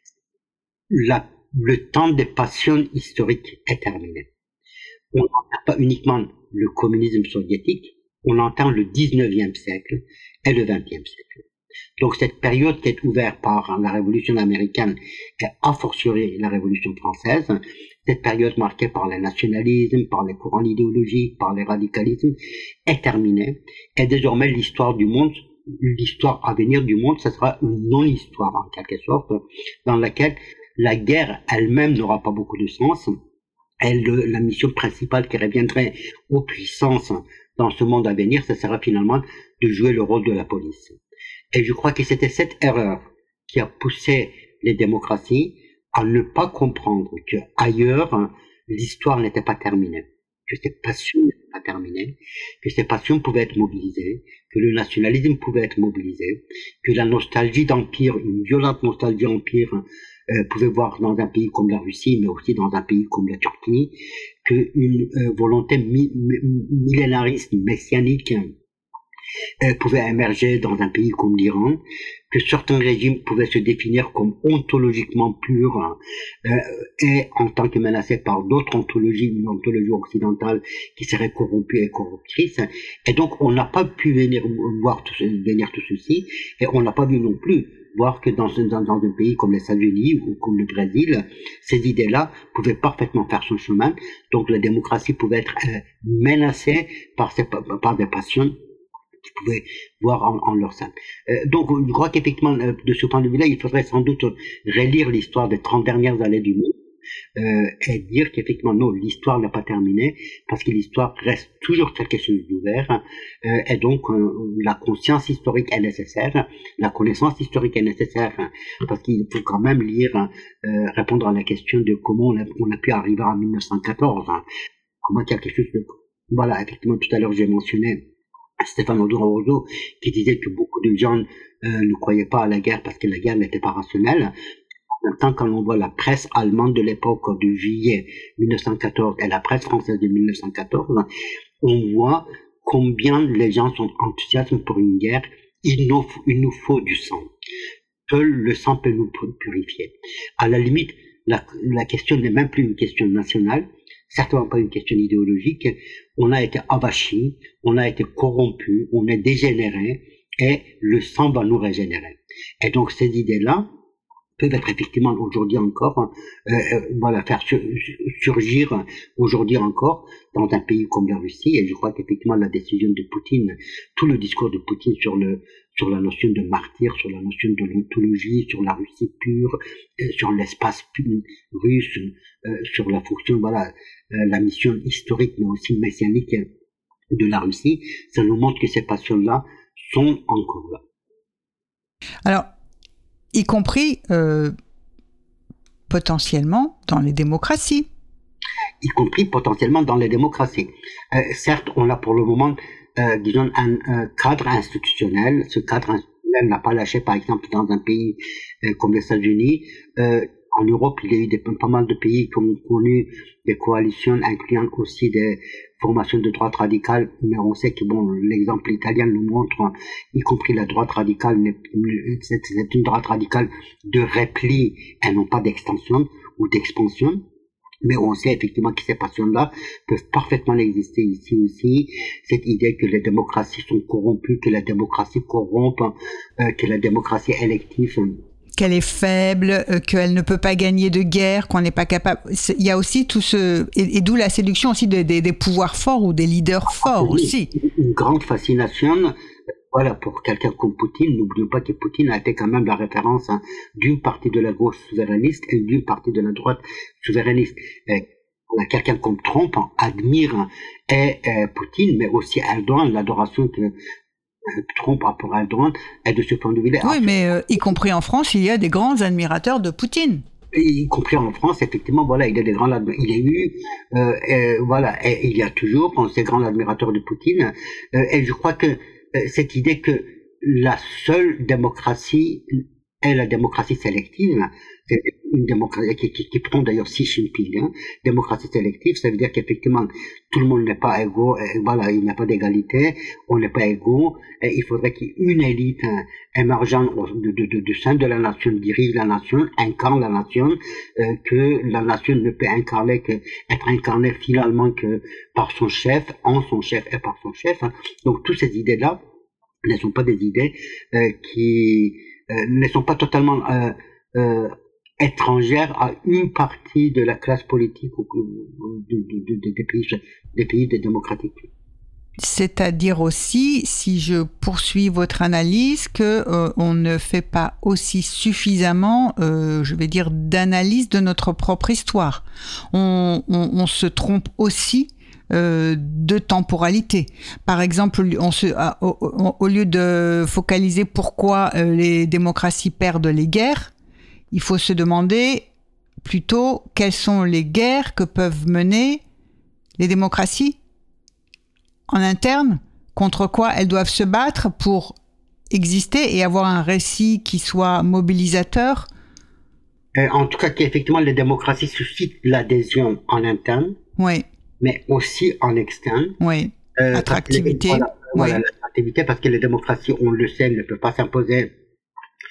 la, le temps des passions historiques est terminé. On n'entend pas uniquement le communisme soviétique, on entend le dix-neuvième siècle et le vingtième siècle. Donc cette période qui est ouverte par la Révolution américaine et a fortiori la Révolution française, cette période marquée par le nationalisme, par les courants idéologiques, par les radicalismes, est terminée. Et désormais l'histoire du monde, l'histoire à venir du monde, ce sera une non-histoire en quelque sorte, dans laquelle la guerre elle-même n'aura pas beaucoup de sens. Et le, la mission principale qui reviendrait aux puissances dans ce monde à venir, ce sera finalement de jouer le rôle de la police. Et je crois que c'était cette erreur qui a poussé les démocraties à ne pas comprendre que ailleurs, l'histoire n'était pas terminée, que ces passions n'étaient pas terminées, que ces passions pouvaient être mobilisées, que le nationalisme pouvait être mobilisé, que la nostalgie d'empire, une violente nostalgie d'empire, Euh, pouvait voir dans un pays comme la Russie, mais aussi dans un pays comme la Turquie, qu'une euh, volonté mi- mi- millénariste, messianique, euh, pouvait émerger dans un pays comme l'Iran, que certains régimes pouvaient se définir comme ontologiquement purs euh, et en tant que menacés par d'autres ontologies, une ontologie occidentale qui serait corrompue et corruptrice. Et donc on n'a pas pu venir voir tout, venir tout ceci, et on n'a pas vu non plus voir que dans, dans, dans un pays comme les États-Unis ou comme le Brésil, ces idées-là pouvaient parfaitement faire son chemin. Donc la démocratie pouvait être euh, menacée par, ces, par des passions qui pouvaient voir en, en leur sein. Euh, donc je crois qu'effectivement, euh, de ce point de vue-là, il faudrait sans doute relire l'histoire des trente dernières années du monde euh, et dire qu'effectivement, non, l'histoire n'est pas terminée, parce que l'histoire reste toujours quelque chose d'ouvert, euh, et donc euh, la conscience historique est nécessaire, la connaissance historique est nécessaire, hein, parce qu'il faut quand même lire, euh, répondre à la question de comment on a, on a pu arriver en mille neuf cent quatorze, hein, comment quelque chose de... Voilà, effectivement, tout à l'heure j'ai mentionné Stefano Rosso qui disait que beaucoup de gens euh, ne croyaient pas à la guerre parce que la guerre n'était pas rationnelle. En même temps, quand on voit la presse allemande de l'époque de juillet mille neuf cent quatorze et la presse française de mille neuf cent quatorze, on voit combien les gens sont enthousiastes pour une guerre. Il nous, il nous faut du sang. Seul le sang peut nous purifier. À la limite, la, la question n'est même plus une question nationale, certainement pas une question idéologique. On a été avachi, on a été corrompu, on est dégénéré, et le sang va nous régénérer. Et donc ces idées-là peuvent être effectivement aujourd'hui encore, euh, euh, voilà, faire sur, surgir aujourd'hui encore dans un pays comme la Russie. Et je crois qu'effectivement la décision de Poutine, tout le discours de Poutine sur le sur la notion de martyr, sur la notion de l'ontologie, sur la Russie pure, euh, sur l'espace russe, euh, sur la fonction, voilà, euh, la mission historique mais aussi messianique de la Russie, ça nous montre que ces passions-là sont encore là. Alors, y compris euh, potentiellement dans les démocraties. Y compris potentiellement dans les démocraties. Euh, certes, on a pour le moment, euh, disons, un, un cadre institutionnel. Ce cadre institutionnel n'a pas lâché, par exemple, dans un pays euh, comme les États-Unis. Euh, en Europe, il y a eu des, pas mal de pays qui ont connu des coalitions incluant aussi des formations de droite radicale, mais on sait que bon, l'exemple italien nous montre, y compris la droite radicale, c'est, c'est une droite radicale de repli et non pas d'extension ou d'expansion. Mais on sait effectivement que ces passions-là peuvent parfaitement exister ici aussi. Cette idée que les démocraties sont corrompues, que la démocratie corrompt, euh, que la démocratie élective... Qu'elle est faible, euh, qu'elle ne peut pas gagner de guerre, qu'on n'est pas capable... C'est, il y a aussi tout ce... Et, et d'où la séduction aussi de, de, des pouvoirs forts ou des leaders forts oui, aussi. Une grande fascination... Voilà, pour quelqu'un comme Poutine, n'oublions pas que Poutine a été quand même la référence hein, d'une partie de la gauche souverainiste et d'une partie de la droite souverainiste. Et, voilà, quelqu'un comme Trump hein, admire hein, et, et Poutine, mais aussi Erdogan, l'adoration que euh, Trump a pour Erdogan, et de ce point de vue-là... Oui, mais euh, y compris en France, il y a des grands admirateurs de Poutine. Y compris en France, effectivement, voilà, il y a des grands, il y a eu, euh, et, voilà, et il y a toujours ces grands admirateurs de Poutine, euh, et je crois que cette idée que la seule démocratie est la démocratie sélective, c'est une démocratie qui, qui, qui prend d'ailleurs Xi Jinping, hein. Démocratie sélective, ça veut dire qu'effectivement tout le monde n'est pas égaux, et voilà, il n'y a pas d'égalité, on n'est pas égaux, et il faudrait qu'une élite hein, émergeant de, de, de, de sein de la nation dirige la nation, incarne la nation, euh, que la nation ne peut incarner que être incarnée finalement que par son chef, en son chef et par son chef. Hein. Donc toutes ces idées-là ne sont pas des idées euh, qui euh, ne sont pas totalement euh, euh, étrangères à une partie de la classe politique ou de, de, de, de, des pays, des pays démocratiques. C'est-à-dire aussi, si je poursuis votre analyse, que euh, on ne fait pas aussi suffisamment, euh, je vais dire, d'analyse de notre propre histoire. On, on, on se trompe aussi euh, de temporalité. Par exemple, on se, à, au, au lieu de focaliser pourquoi euh, les démocraties perdent les guerres, il faut se demander plutôt quelles sont les guerres que peuvent mener les démocraties en interne, contre quoi elles doivent se battre pour exister et avoir un récit qui soit mobilisateur. Euh, en tout cas, qu'effectivement, les démocraties suscitent l'adhésion en interne, oui. mais aussi en externe. Oui, euh, attractivité. Les, voilà, oui. voilà, l'attractivité, parce que les démocraties, on le sait, ne peuvent pas s'imposer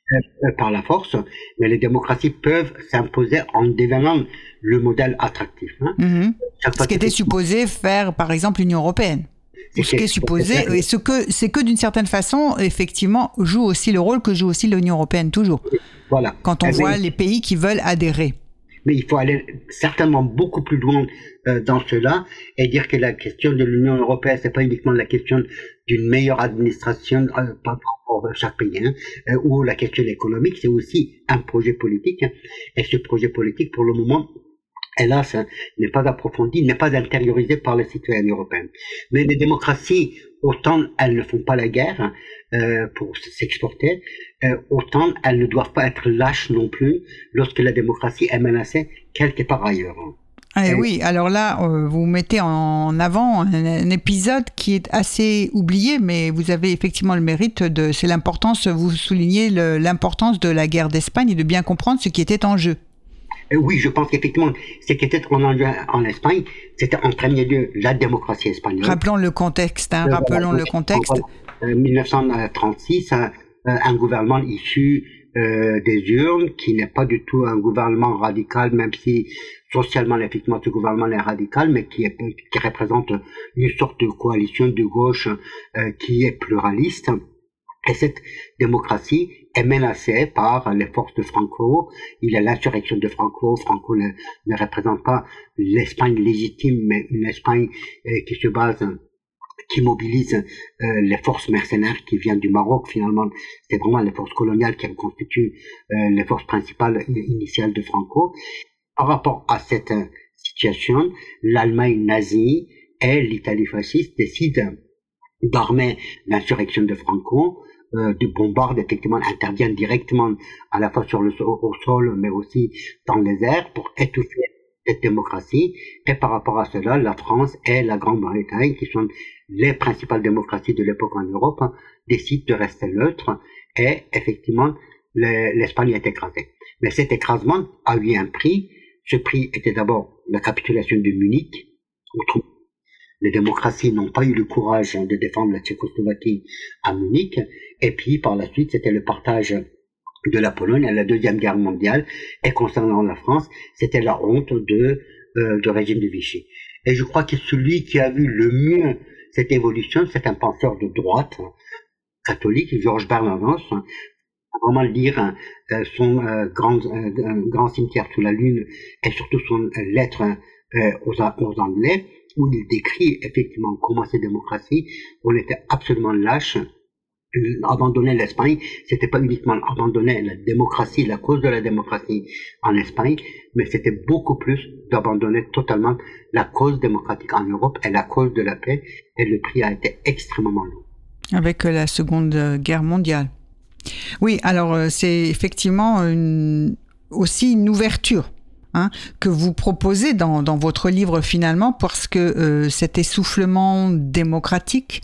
euh, par la force, mais les démocraties peuvent s'imposer en devenant le modèle attractif. Hein. Mmh. Ce qui était supposé faire, par exemple, l'Union européenne. Ou ce qui est supposé, et ce que, c'est que d'une certaine façon, effectivement, joue aussi le rôle que joue aussi l'Union européenne, toujours. Voilà. Quand on mais, voit les pays qui veulent adhérer. Mais il faut aller certainement beaucoup plus loin euh, dans cela et dire que la question de l'Union européenne, c'est pas uniquement la question d'une meilleure administration euh, pour chaque pays, hein, euh, ou la question économique, c'est aussi un projet politique. Hein, et ce projet politique, pour le moment, hélas, hein, n'est pas approfondi, n'est pas intériorisé par les citoyens européens. Mais les démocraties, autant elles ne font pas la guerre euh, pour s'exporter, euh, autant elles ne doivent pas être lâches non plus lorsque la démocratie est menacée quelque part ailleurs. Ah, oui, alors là, euh, vous mettez en avant un, un épisode qui est assez oublié, mais vous avez effectivement le mérite de, c'est l'importance, vous soulignez le, l'importance de la guerre d'Espagne et de bien comprendre ce qui était en jeu. Oui, je pense qu'effectivement, ce qui était en enjeu en Espagne, c'était en premier lieu la démocratie espagnole. Rappelons le contexte, hein, rappelons le contexte. En dix-neuf cent trente-six, un, un gouvernement issu euh, des urnes, qui n'est pas du tout un gouvernement radical, même si socialement, effectivement, ce gouvernement est radical, mais qui, est, qui représente une sorte de coalition de gauche euh, qui est pluraliste. Et cette démocratie est menacée par les forces de Franco. Il y a l'insurrection de Franco. Franco ne, ne représente pas l'Espagne légitime, mais une Espagne euh, qui se base, qui mobilise euh, les forces mercenaires qui viennent du Maroc. Finalement, c'est vraiment les forces coloniales qui constituent euh, les forces principales initiales de Franco. Par rapport à cette euh, situation, l'Allemagne nazie et l'Italie fasciste décident d'armer l'insurrection de Franco, euh, de bombarder, effectivement, interviennent directement à la fois sur le au sol, mais aussi dans les airs pour étouffer cette démocratie. Et par rapport à cela, la France et la Grande-Bretagne, qui sont les principales démocraties de l'époque en Europe, hein, décident de rester neutres et effectivement, les, l'Espagne est écrasée. Mais cet écrasement a eu un prix. Ce prix était d'abord la capitulation de Munich. Autrement, les démocraties n'ont pas eu le courage de défendre la Tchécoslovaquie à Munich. Et puis, par la suite, c'était le partage de la Pologne à la Deuxième Guerre mondiale. Et concernant la France, c'était la honte de, euh, du régime de Vichy. Et je crois que celui qui a vu le mieux cette évolution, c'est un penseur de droite, catholique, Georges Bernanos, vraiment lire euh, son euh, grand, euh, grand cimetière sous la lune et surtout son euh, lettre euh, aux, aux Anglais, où il décrit effectivement comment ces démocraties, on était absolument lâches. Abandonner l'Espagne, c'était pas uniquement abandonner la démocratie, la cause de la démocratie en Espagne, mais c'était beaucoup plus d'abandonner totalement la cause démocratique en Europe et la cause de la paix, et le prix a été extrêmement lourd. Avec la Seconde Guerre mondiale. Oui, alors c'est effectivement une, aussi une ouverture hein, que vous proposez dans, dans votre livre finalement, parce que euh, cet essoufflement démocratique,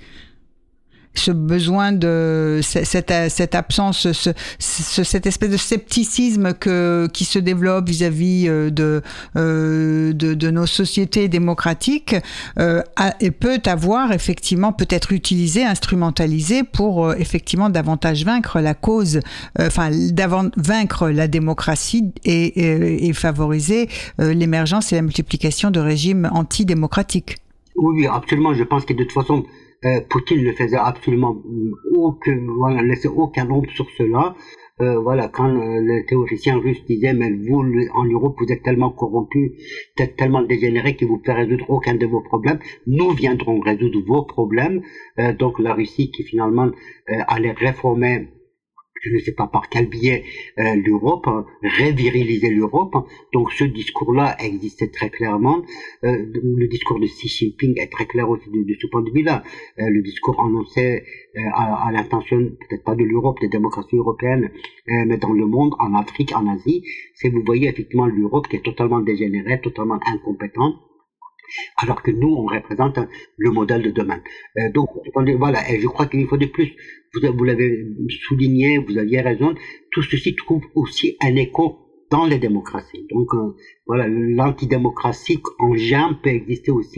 ce besoin de cette, cette absence, ce, ce, cette espèce de scepticisme que, qui se développe vis-à-vis de, euh, de, de nos sociétés démocratiques euh, a, et peut avoir effectivement, peut être utilisé, instrumentalisé pour euh, effectivement davantage vaincre la cause, euh, enfin davant, vaincre la démocratie et, et, et favoriser euh, l'émergence et la multiplication de régimes antidémocratiques. Oui, absolument. Je pense que de toute façon, Euh, Poutine ne faisait absolument aucun, voilà, laissait aucun ombre sur cela. Euh, voilà, quand euh, les théoriciens russes disaient, mais vous, en Europe, vous êtes tellement corrompus, vous êtes tellement dégénérés que vous ne pouvez résoudre aucun de vos problèmes. Nous viendrons résoudre vos problèmes. Euh, donc la Russie qui finalement euh, allait réformer, je ne sais pas par quel biais, euh, l'Europe, hein, réviriliser l'Europe. Donc ce discours-là existait très clairement. Euh, le discours de Xi Jinping est très clair aussi de, de ce point de vue-là. Euh, le discours annoncé euh, à, à l'intention, peut-être pas de l'Europe, des démocraties européennes, euh, mais dans le monde, en Afrique, en Asie, c'est vous voyez effectivement l'Europe qui est totalement dégénérée, totalement incompétente, alors que nous, on représente le modèle de demain. Euh, donc, voilà, et je crois qu'il faut de plus, vous, vous l'avez souligné, vous aviez raison, tout ceci trouve aussi un écho dans les démocraties. Donc, euh, voilà, l'antidémocratie en germe peut exister aussi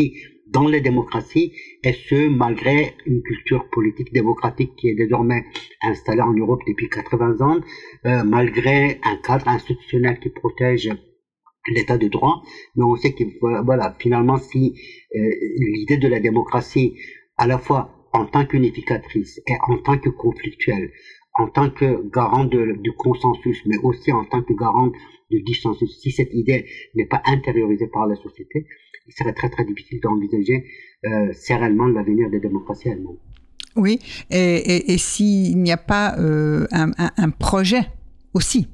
dans les démocraties, et ce, malgré une culture politique démocratique qui est désormais installée en Europe depuis quatre-vingts ans, euh, malgré un cadre institutionnel qui protège l'état de droit, mais on sait que voilà, finalement, si euh, l'idée de la démocratie, à la fois en tant qu'unificatrice et en tant que conflictuelle, en tant que garant de, du consensus, mais aussi en tant que garant du dissensus, si cette idée n'est pas intériorisée par la société, il serait très très difficile d'envisager euh, sereinement l'avenir des démocraties allemandes. Oui, et, et, et s'il n'y a pas euh, un, un, un projet aussi,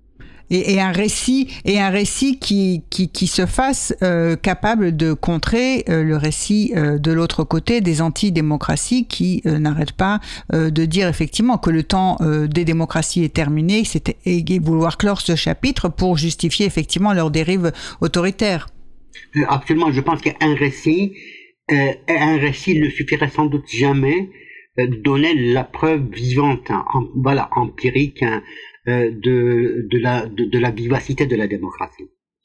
et, et un récit, et un récit qui, qui, qui se fasse euh, capable de contrer euh, le récit euh, de l'autre côté des antidémocraties qui euh, n'arrêtent pas euh, de dire effectivement que le temps euh, des démocraties est terminé, c'était et, et vouloir clore ce chapitre pour justifier effectivement leur dérive autoritaire. Absolument, je pense qu'un récit, euh, un récit ne suffirait sans doute jamais euh, donner la preuve vivante, hein, en, voilà, empirique, hein, euh, de, de, la, de, de la vivacité de la démocratie,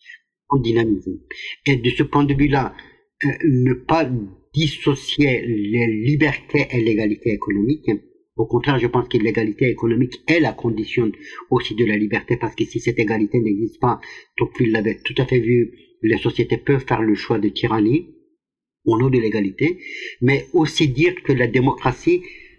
en dynamisme. Et de ce point de vue-là, euh, ne pas dissocier les libertés et l'égalité économique. Au contraire, je pense que l'égalité économique est la condition aussi de la liberté, parce que si cette égalité n'existe pas, Tocqueville l'avait tout à fait vu, les sociétés peuvent faire le choix de tyrannie au nom de l'égalité, mais aussi dire que la démocratie...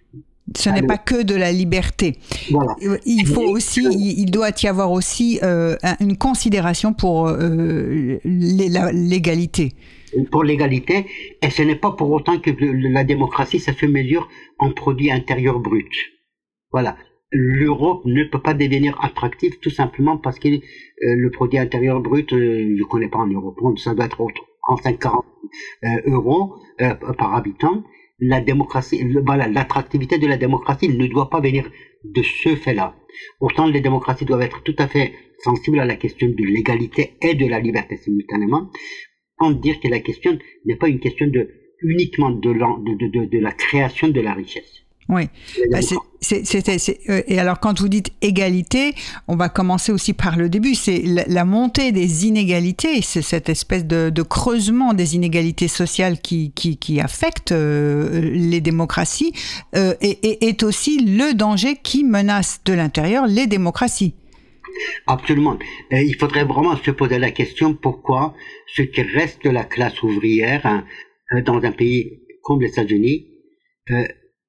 Ce n'est pas que de la liberté. Voilà. Il faut aussi, il doit y avoir aussi euh, une considération pour euh, l'égalité. Pour l'égalité, et ce n'est pas pour autant que la démocratie, ça se mesure en produit intérieur brut. Voilà. L'Europe ne peut pas devenir attractive tout simplement parce que euh, le produit intérieur brut, euh, je ne connais pas en Europe, ça doit être trente-cinq à quarante euh, euros euh, par habitant. La démocratie, le, voilà, l'attractivité de la démocratie ne doit pas venir de ce fait-là. Pourtant, les démocraties doivent être tout à fait sensibles à la question de l'égalité et de la liberté simultanément, sans dire que la question n'est pas une question de uniquement de la, de, de, de, de la création de la richesse. Oui, bah c'est, c'est, c'est, c'est, euh, et alors quand vous dites égalité, on va commencer aussi par le début, c'est la, la montée des inégalités, c'est cette espèce de, de creusement des inégalités sociales qui, qui, qui affecte euh, les démocraties, euh, et, et est aussi le danger qui menace de l'intérieur les démocraties. Absolument. Euh, il faudrait vraiment se poser la question pourquoi ce qui reste de la classe ouvrière hein, euh, dans un pays comme les États-Unis euh,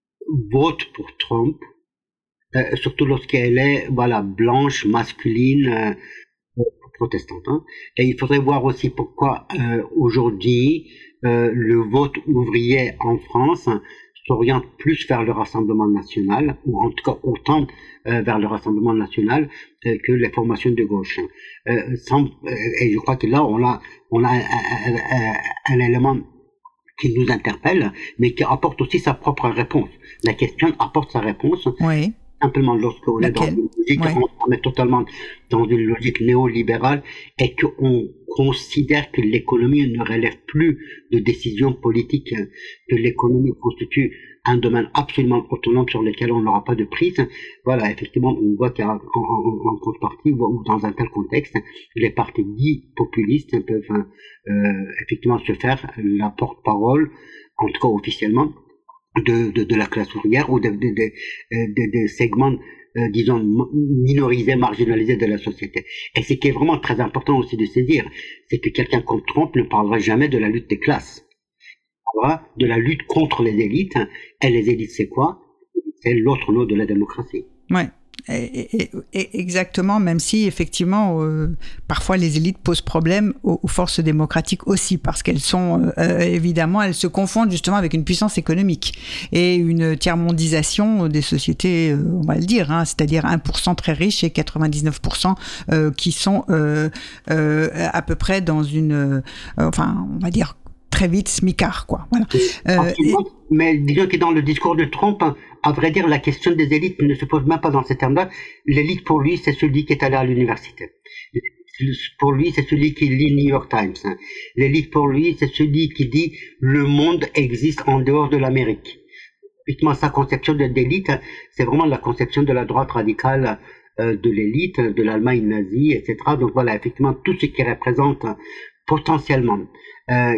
vote pour Trump, euh, surtout lorsqu'elle est voilà blanche, masculine, euh, protestante. Hein. Et il faudrait voir aussi pourquoi euh, aujourd'hui euh, le vote ouvrier en France hein, s'oriente plus vers le Rassemblement national, ou en tout cas autant euh, vers le Rassemblement national euh, que les formations de gauche. Euh, sans, euh, et je crois que là on a on a un, un, un, un élément qui nous interpelle, mais qui apporte aussi sa propre réponse. La question apporte sa réponse. Oui. Simplement lorsqu'on est dans une logique, oui. on est totalement dans une logique néolibérale et qu'on considère que l'économie ne relève plus de décisions politiques, que l'économie constitue un domaine absolument autonome sur lequel on n'aura pas de prise. Voilà, effectivement, on voit qu'en en, en, en contrepartie ou dans un tel contexte, les partis dits populistes peuvent euh, effectivement se faire la porte-parole, en tout cas officiellement, de, de, de la classe ouvrière ou de, de, de, de, de segments, euh, disons, minorisés, marginalisés de la société. Et ce qui est vraiment très important aussi de saisir, c'est que quelqu'un comme Trump ne parlera jamais de la lutte des classes. Il parlera de la lutte contre les élites. Et les élites, c'est quoi? C'est l'autre nom de la démocratie. Ouais. Et, et, et exactement, même si effectivement euh, parfois les élites posent problème aux, aux forces démocratiques aussi, parce qu'elles sont euh, évidemment, elles se confondent justement avec une puissance économique et une tiers-mondisation des sociétés, euh, on va le dire, hein, c'est-à-dire un pour cent très riches et quatre-vingt-dix-neuf pour cent euh, qui sont euh, euh, à peu près dans une, euh, enfin on va dire très vite smicard, quoi. Voilà. Euh, et... Mais disons que dans le discours de Trump, à vrai dire, la question des élites ne se pose même pas dans ces termes-là. L'élite, pour lui, c'est celui qui est allé à l'université. Pour lui, c'est celui qui lit New York Times. L'élite, pour lui, c'est celui qui dit « le monde existe en dehors de l'Amérique ». Effectivement, sa conception d'élite, c'est vraiment la conception de la droite radicale euh, de l'élite, de l'Allemagne nazie, et cetera. Donc voilà, effectivement, tout ce qui représente potentiellement euh,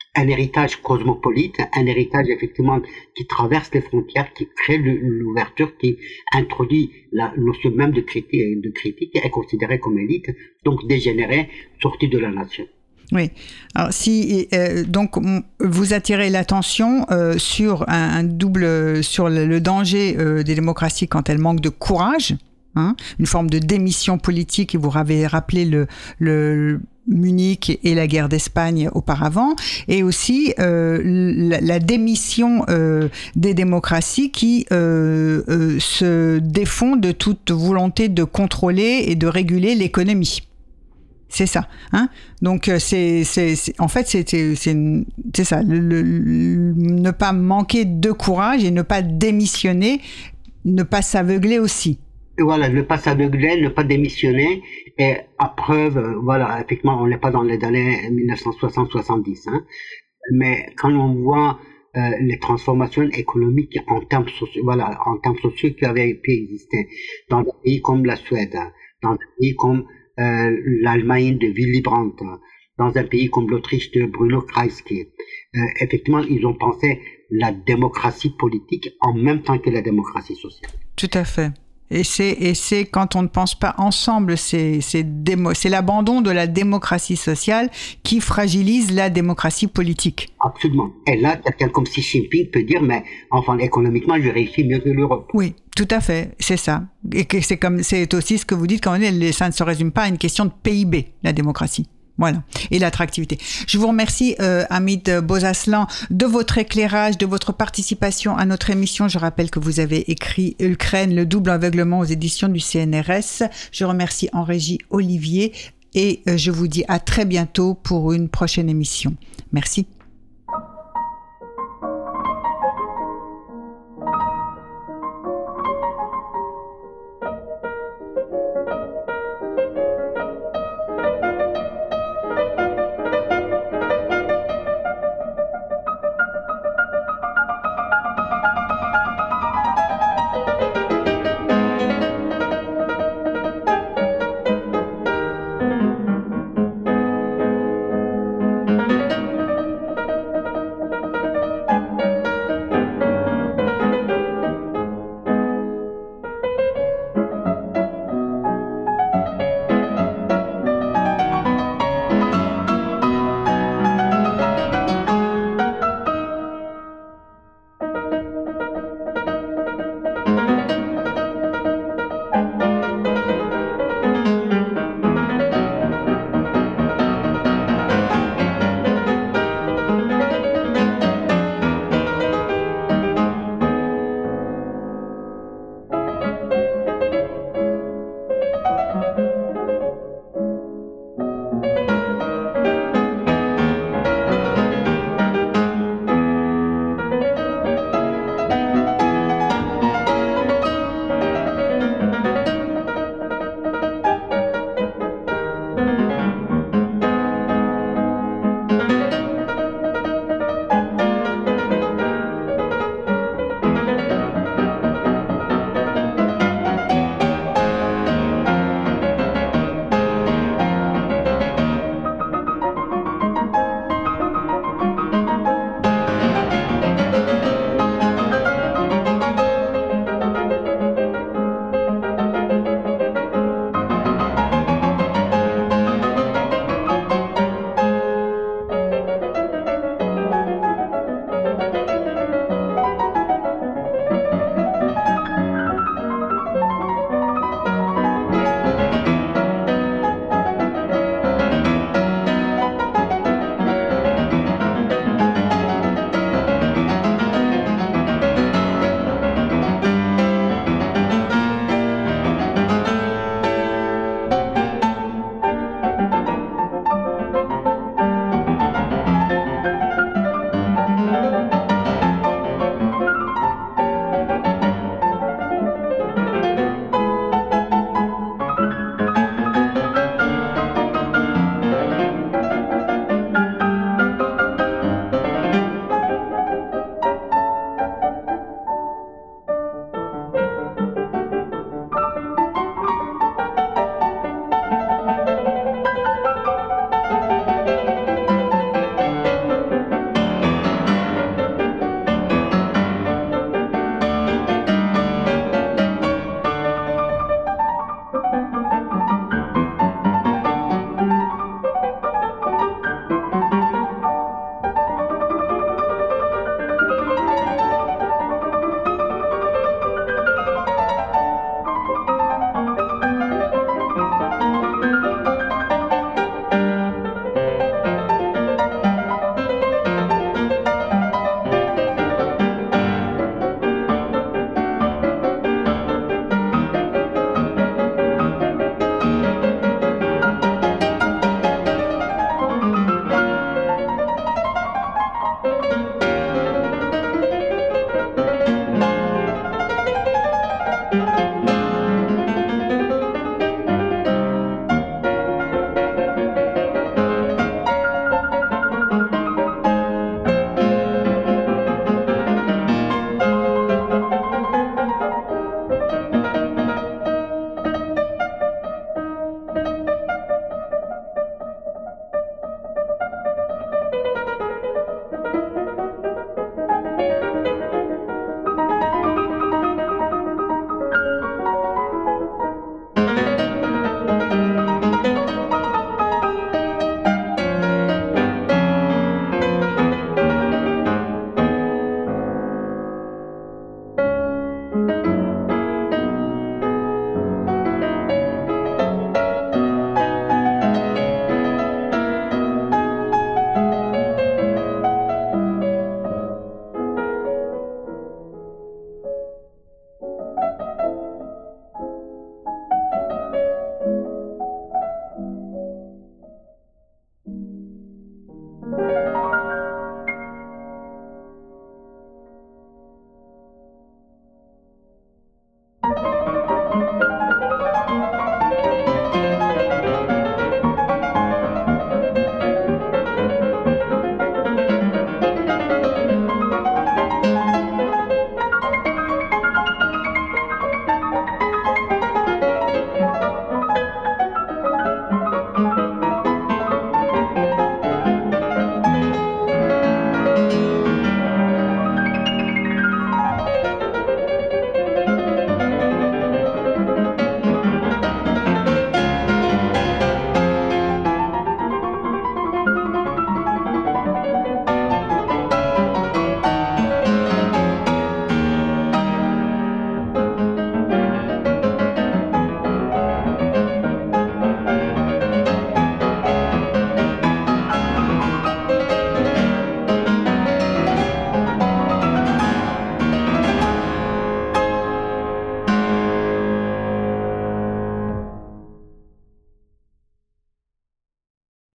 un héritage cosmopolite, un héritage effectivement qui traverse les frontières, qui crée l'ouverture, qui introduit la notion même de critique, de critique est considérée comme élite, donc dégénérée, sortie de la nation. Oui. Alors si euh, donc vous attirez l'attention euh, sur un, un double sur le, le danger euh, des démocraties quand elles manquent de courage, hein, une forme de démission politique. Et vous avez rappelé le, le Munich et la guerre d'Espagne auparavant, et aussi euh, la, la démission euh, des démocraties qui euh, euh, se défont de toute volonté de contrôler et de réguler l'économie. C'est ça, hein. Donc c'est, c'est, c'est en fait c'est, c'est, c'est ça, le, le, le, ne pas manquer de courage et ne pas démissionner, ne pas s'aveugler aussi. Et voilà, ne pas s'aveugler, ne pas démissionner, et à preuve, voilà, effectivement, on n'est pas dans les années dix-neuf cent soixante soixante-dix, hein, mais quand on voit euh, les transformations économiques en termes sociaux, voilà, en termes sociaux qui avaient pu exister dans des pays comme la Suède, dans des pays comme Euh, l'Allemagne de Willy Brandt, dans un pays comme l'Autriche de Bruno Kreisky. Euh, effectivement, ils ont pensé la démocratie politique en même temps que la démocratie sociale. Tout à fait. Et c'est, et c'est quand on ne pense pas ensemble, c'est, c'est, démo, c'est l'abandon de la démocratie sociale qui fragilise la démocratie politique. Absolument. Et là, quelqu'un comme Xi Jinping peut dire, mais enfin, économiquement, je réussis mieux que l'Europe. Oui, tout à fait, c'est ça. Et que c'est comme, c'est aussi ce que vous dites quand on dit, ça ne se résume pas à une question de P I B, la démocratie. Voilà, et l'attractivité. Je vous remercie, euh, Hamid Bozaslan, de votre éclairage, de votre participation à notre émission. Je rappelle que vous avez écrit Ukraine, le double aveuglement aux éditions du C N R S. Je remercie en régie Olivier et euh, je vous dis à très bientôt pour une prochaine émission. Merci.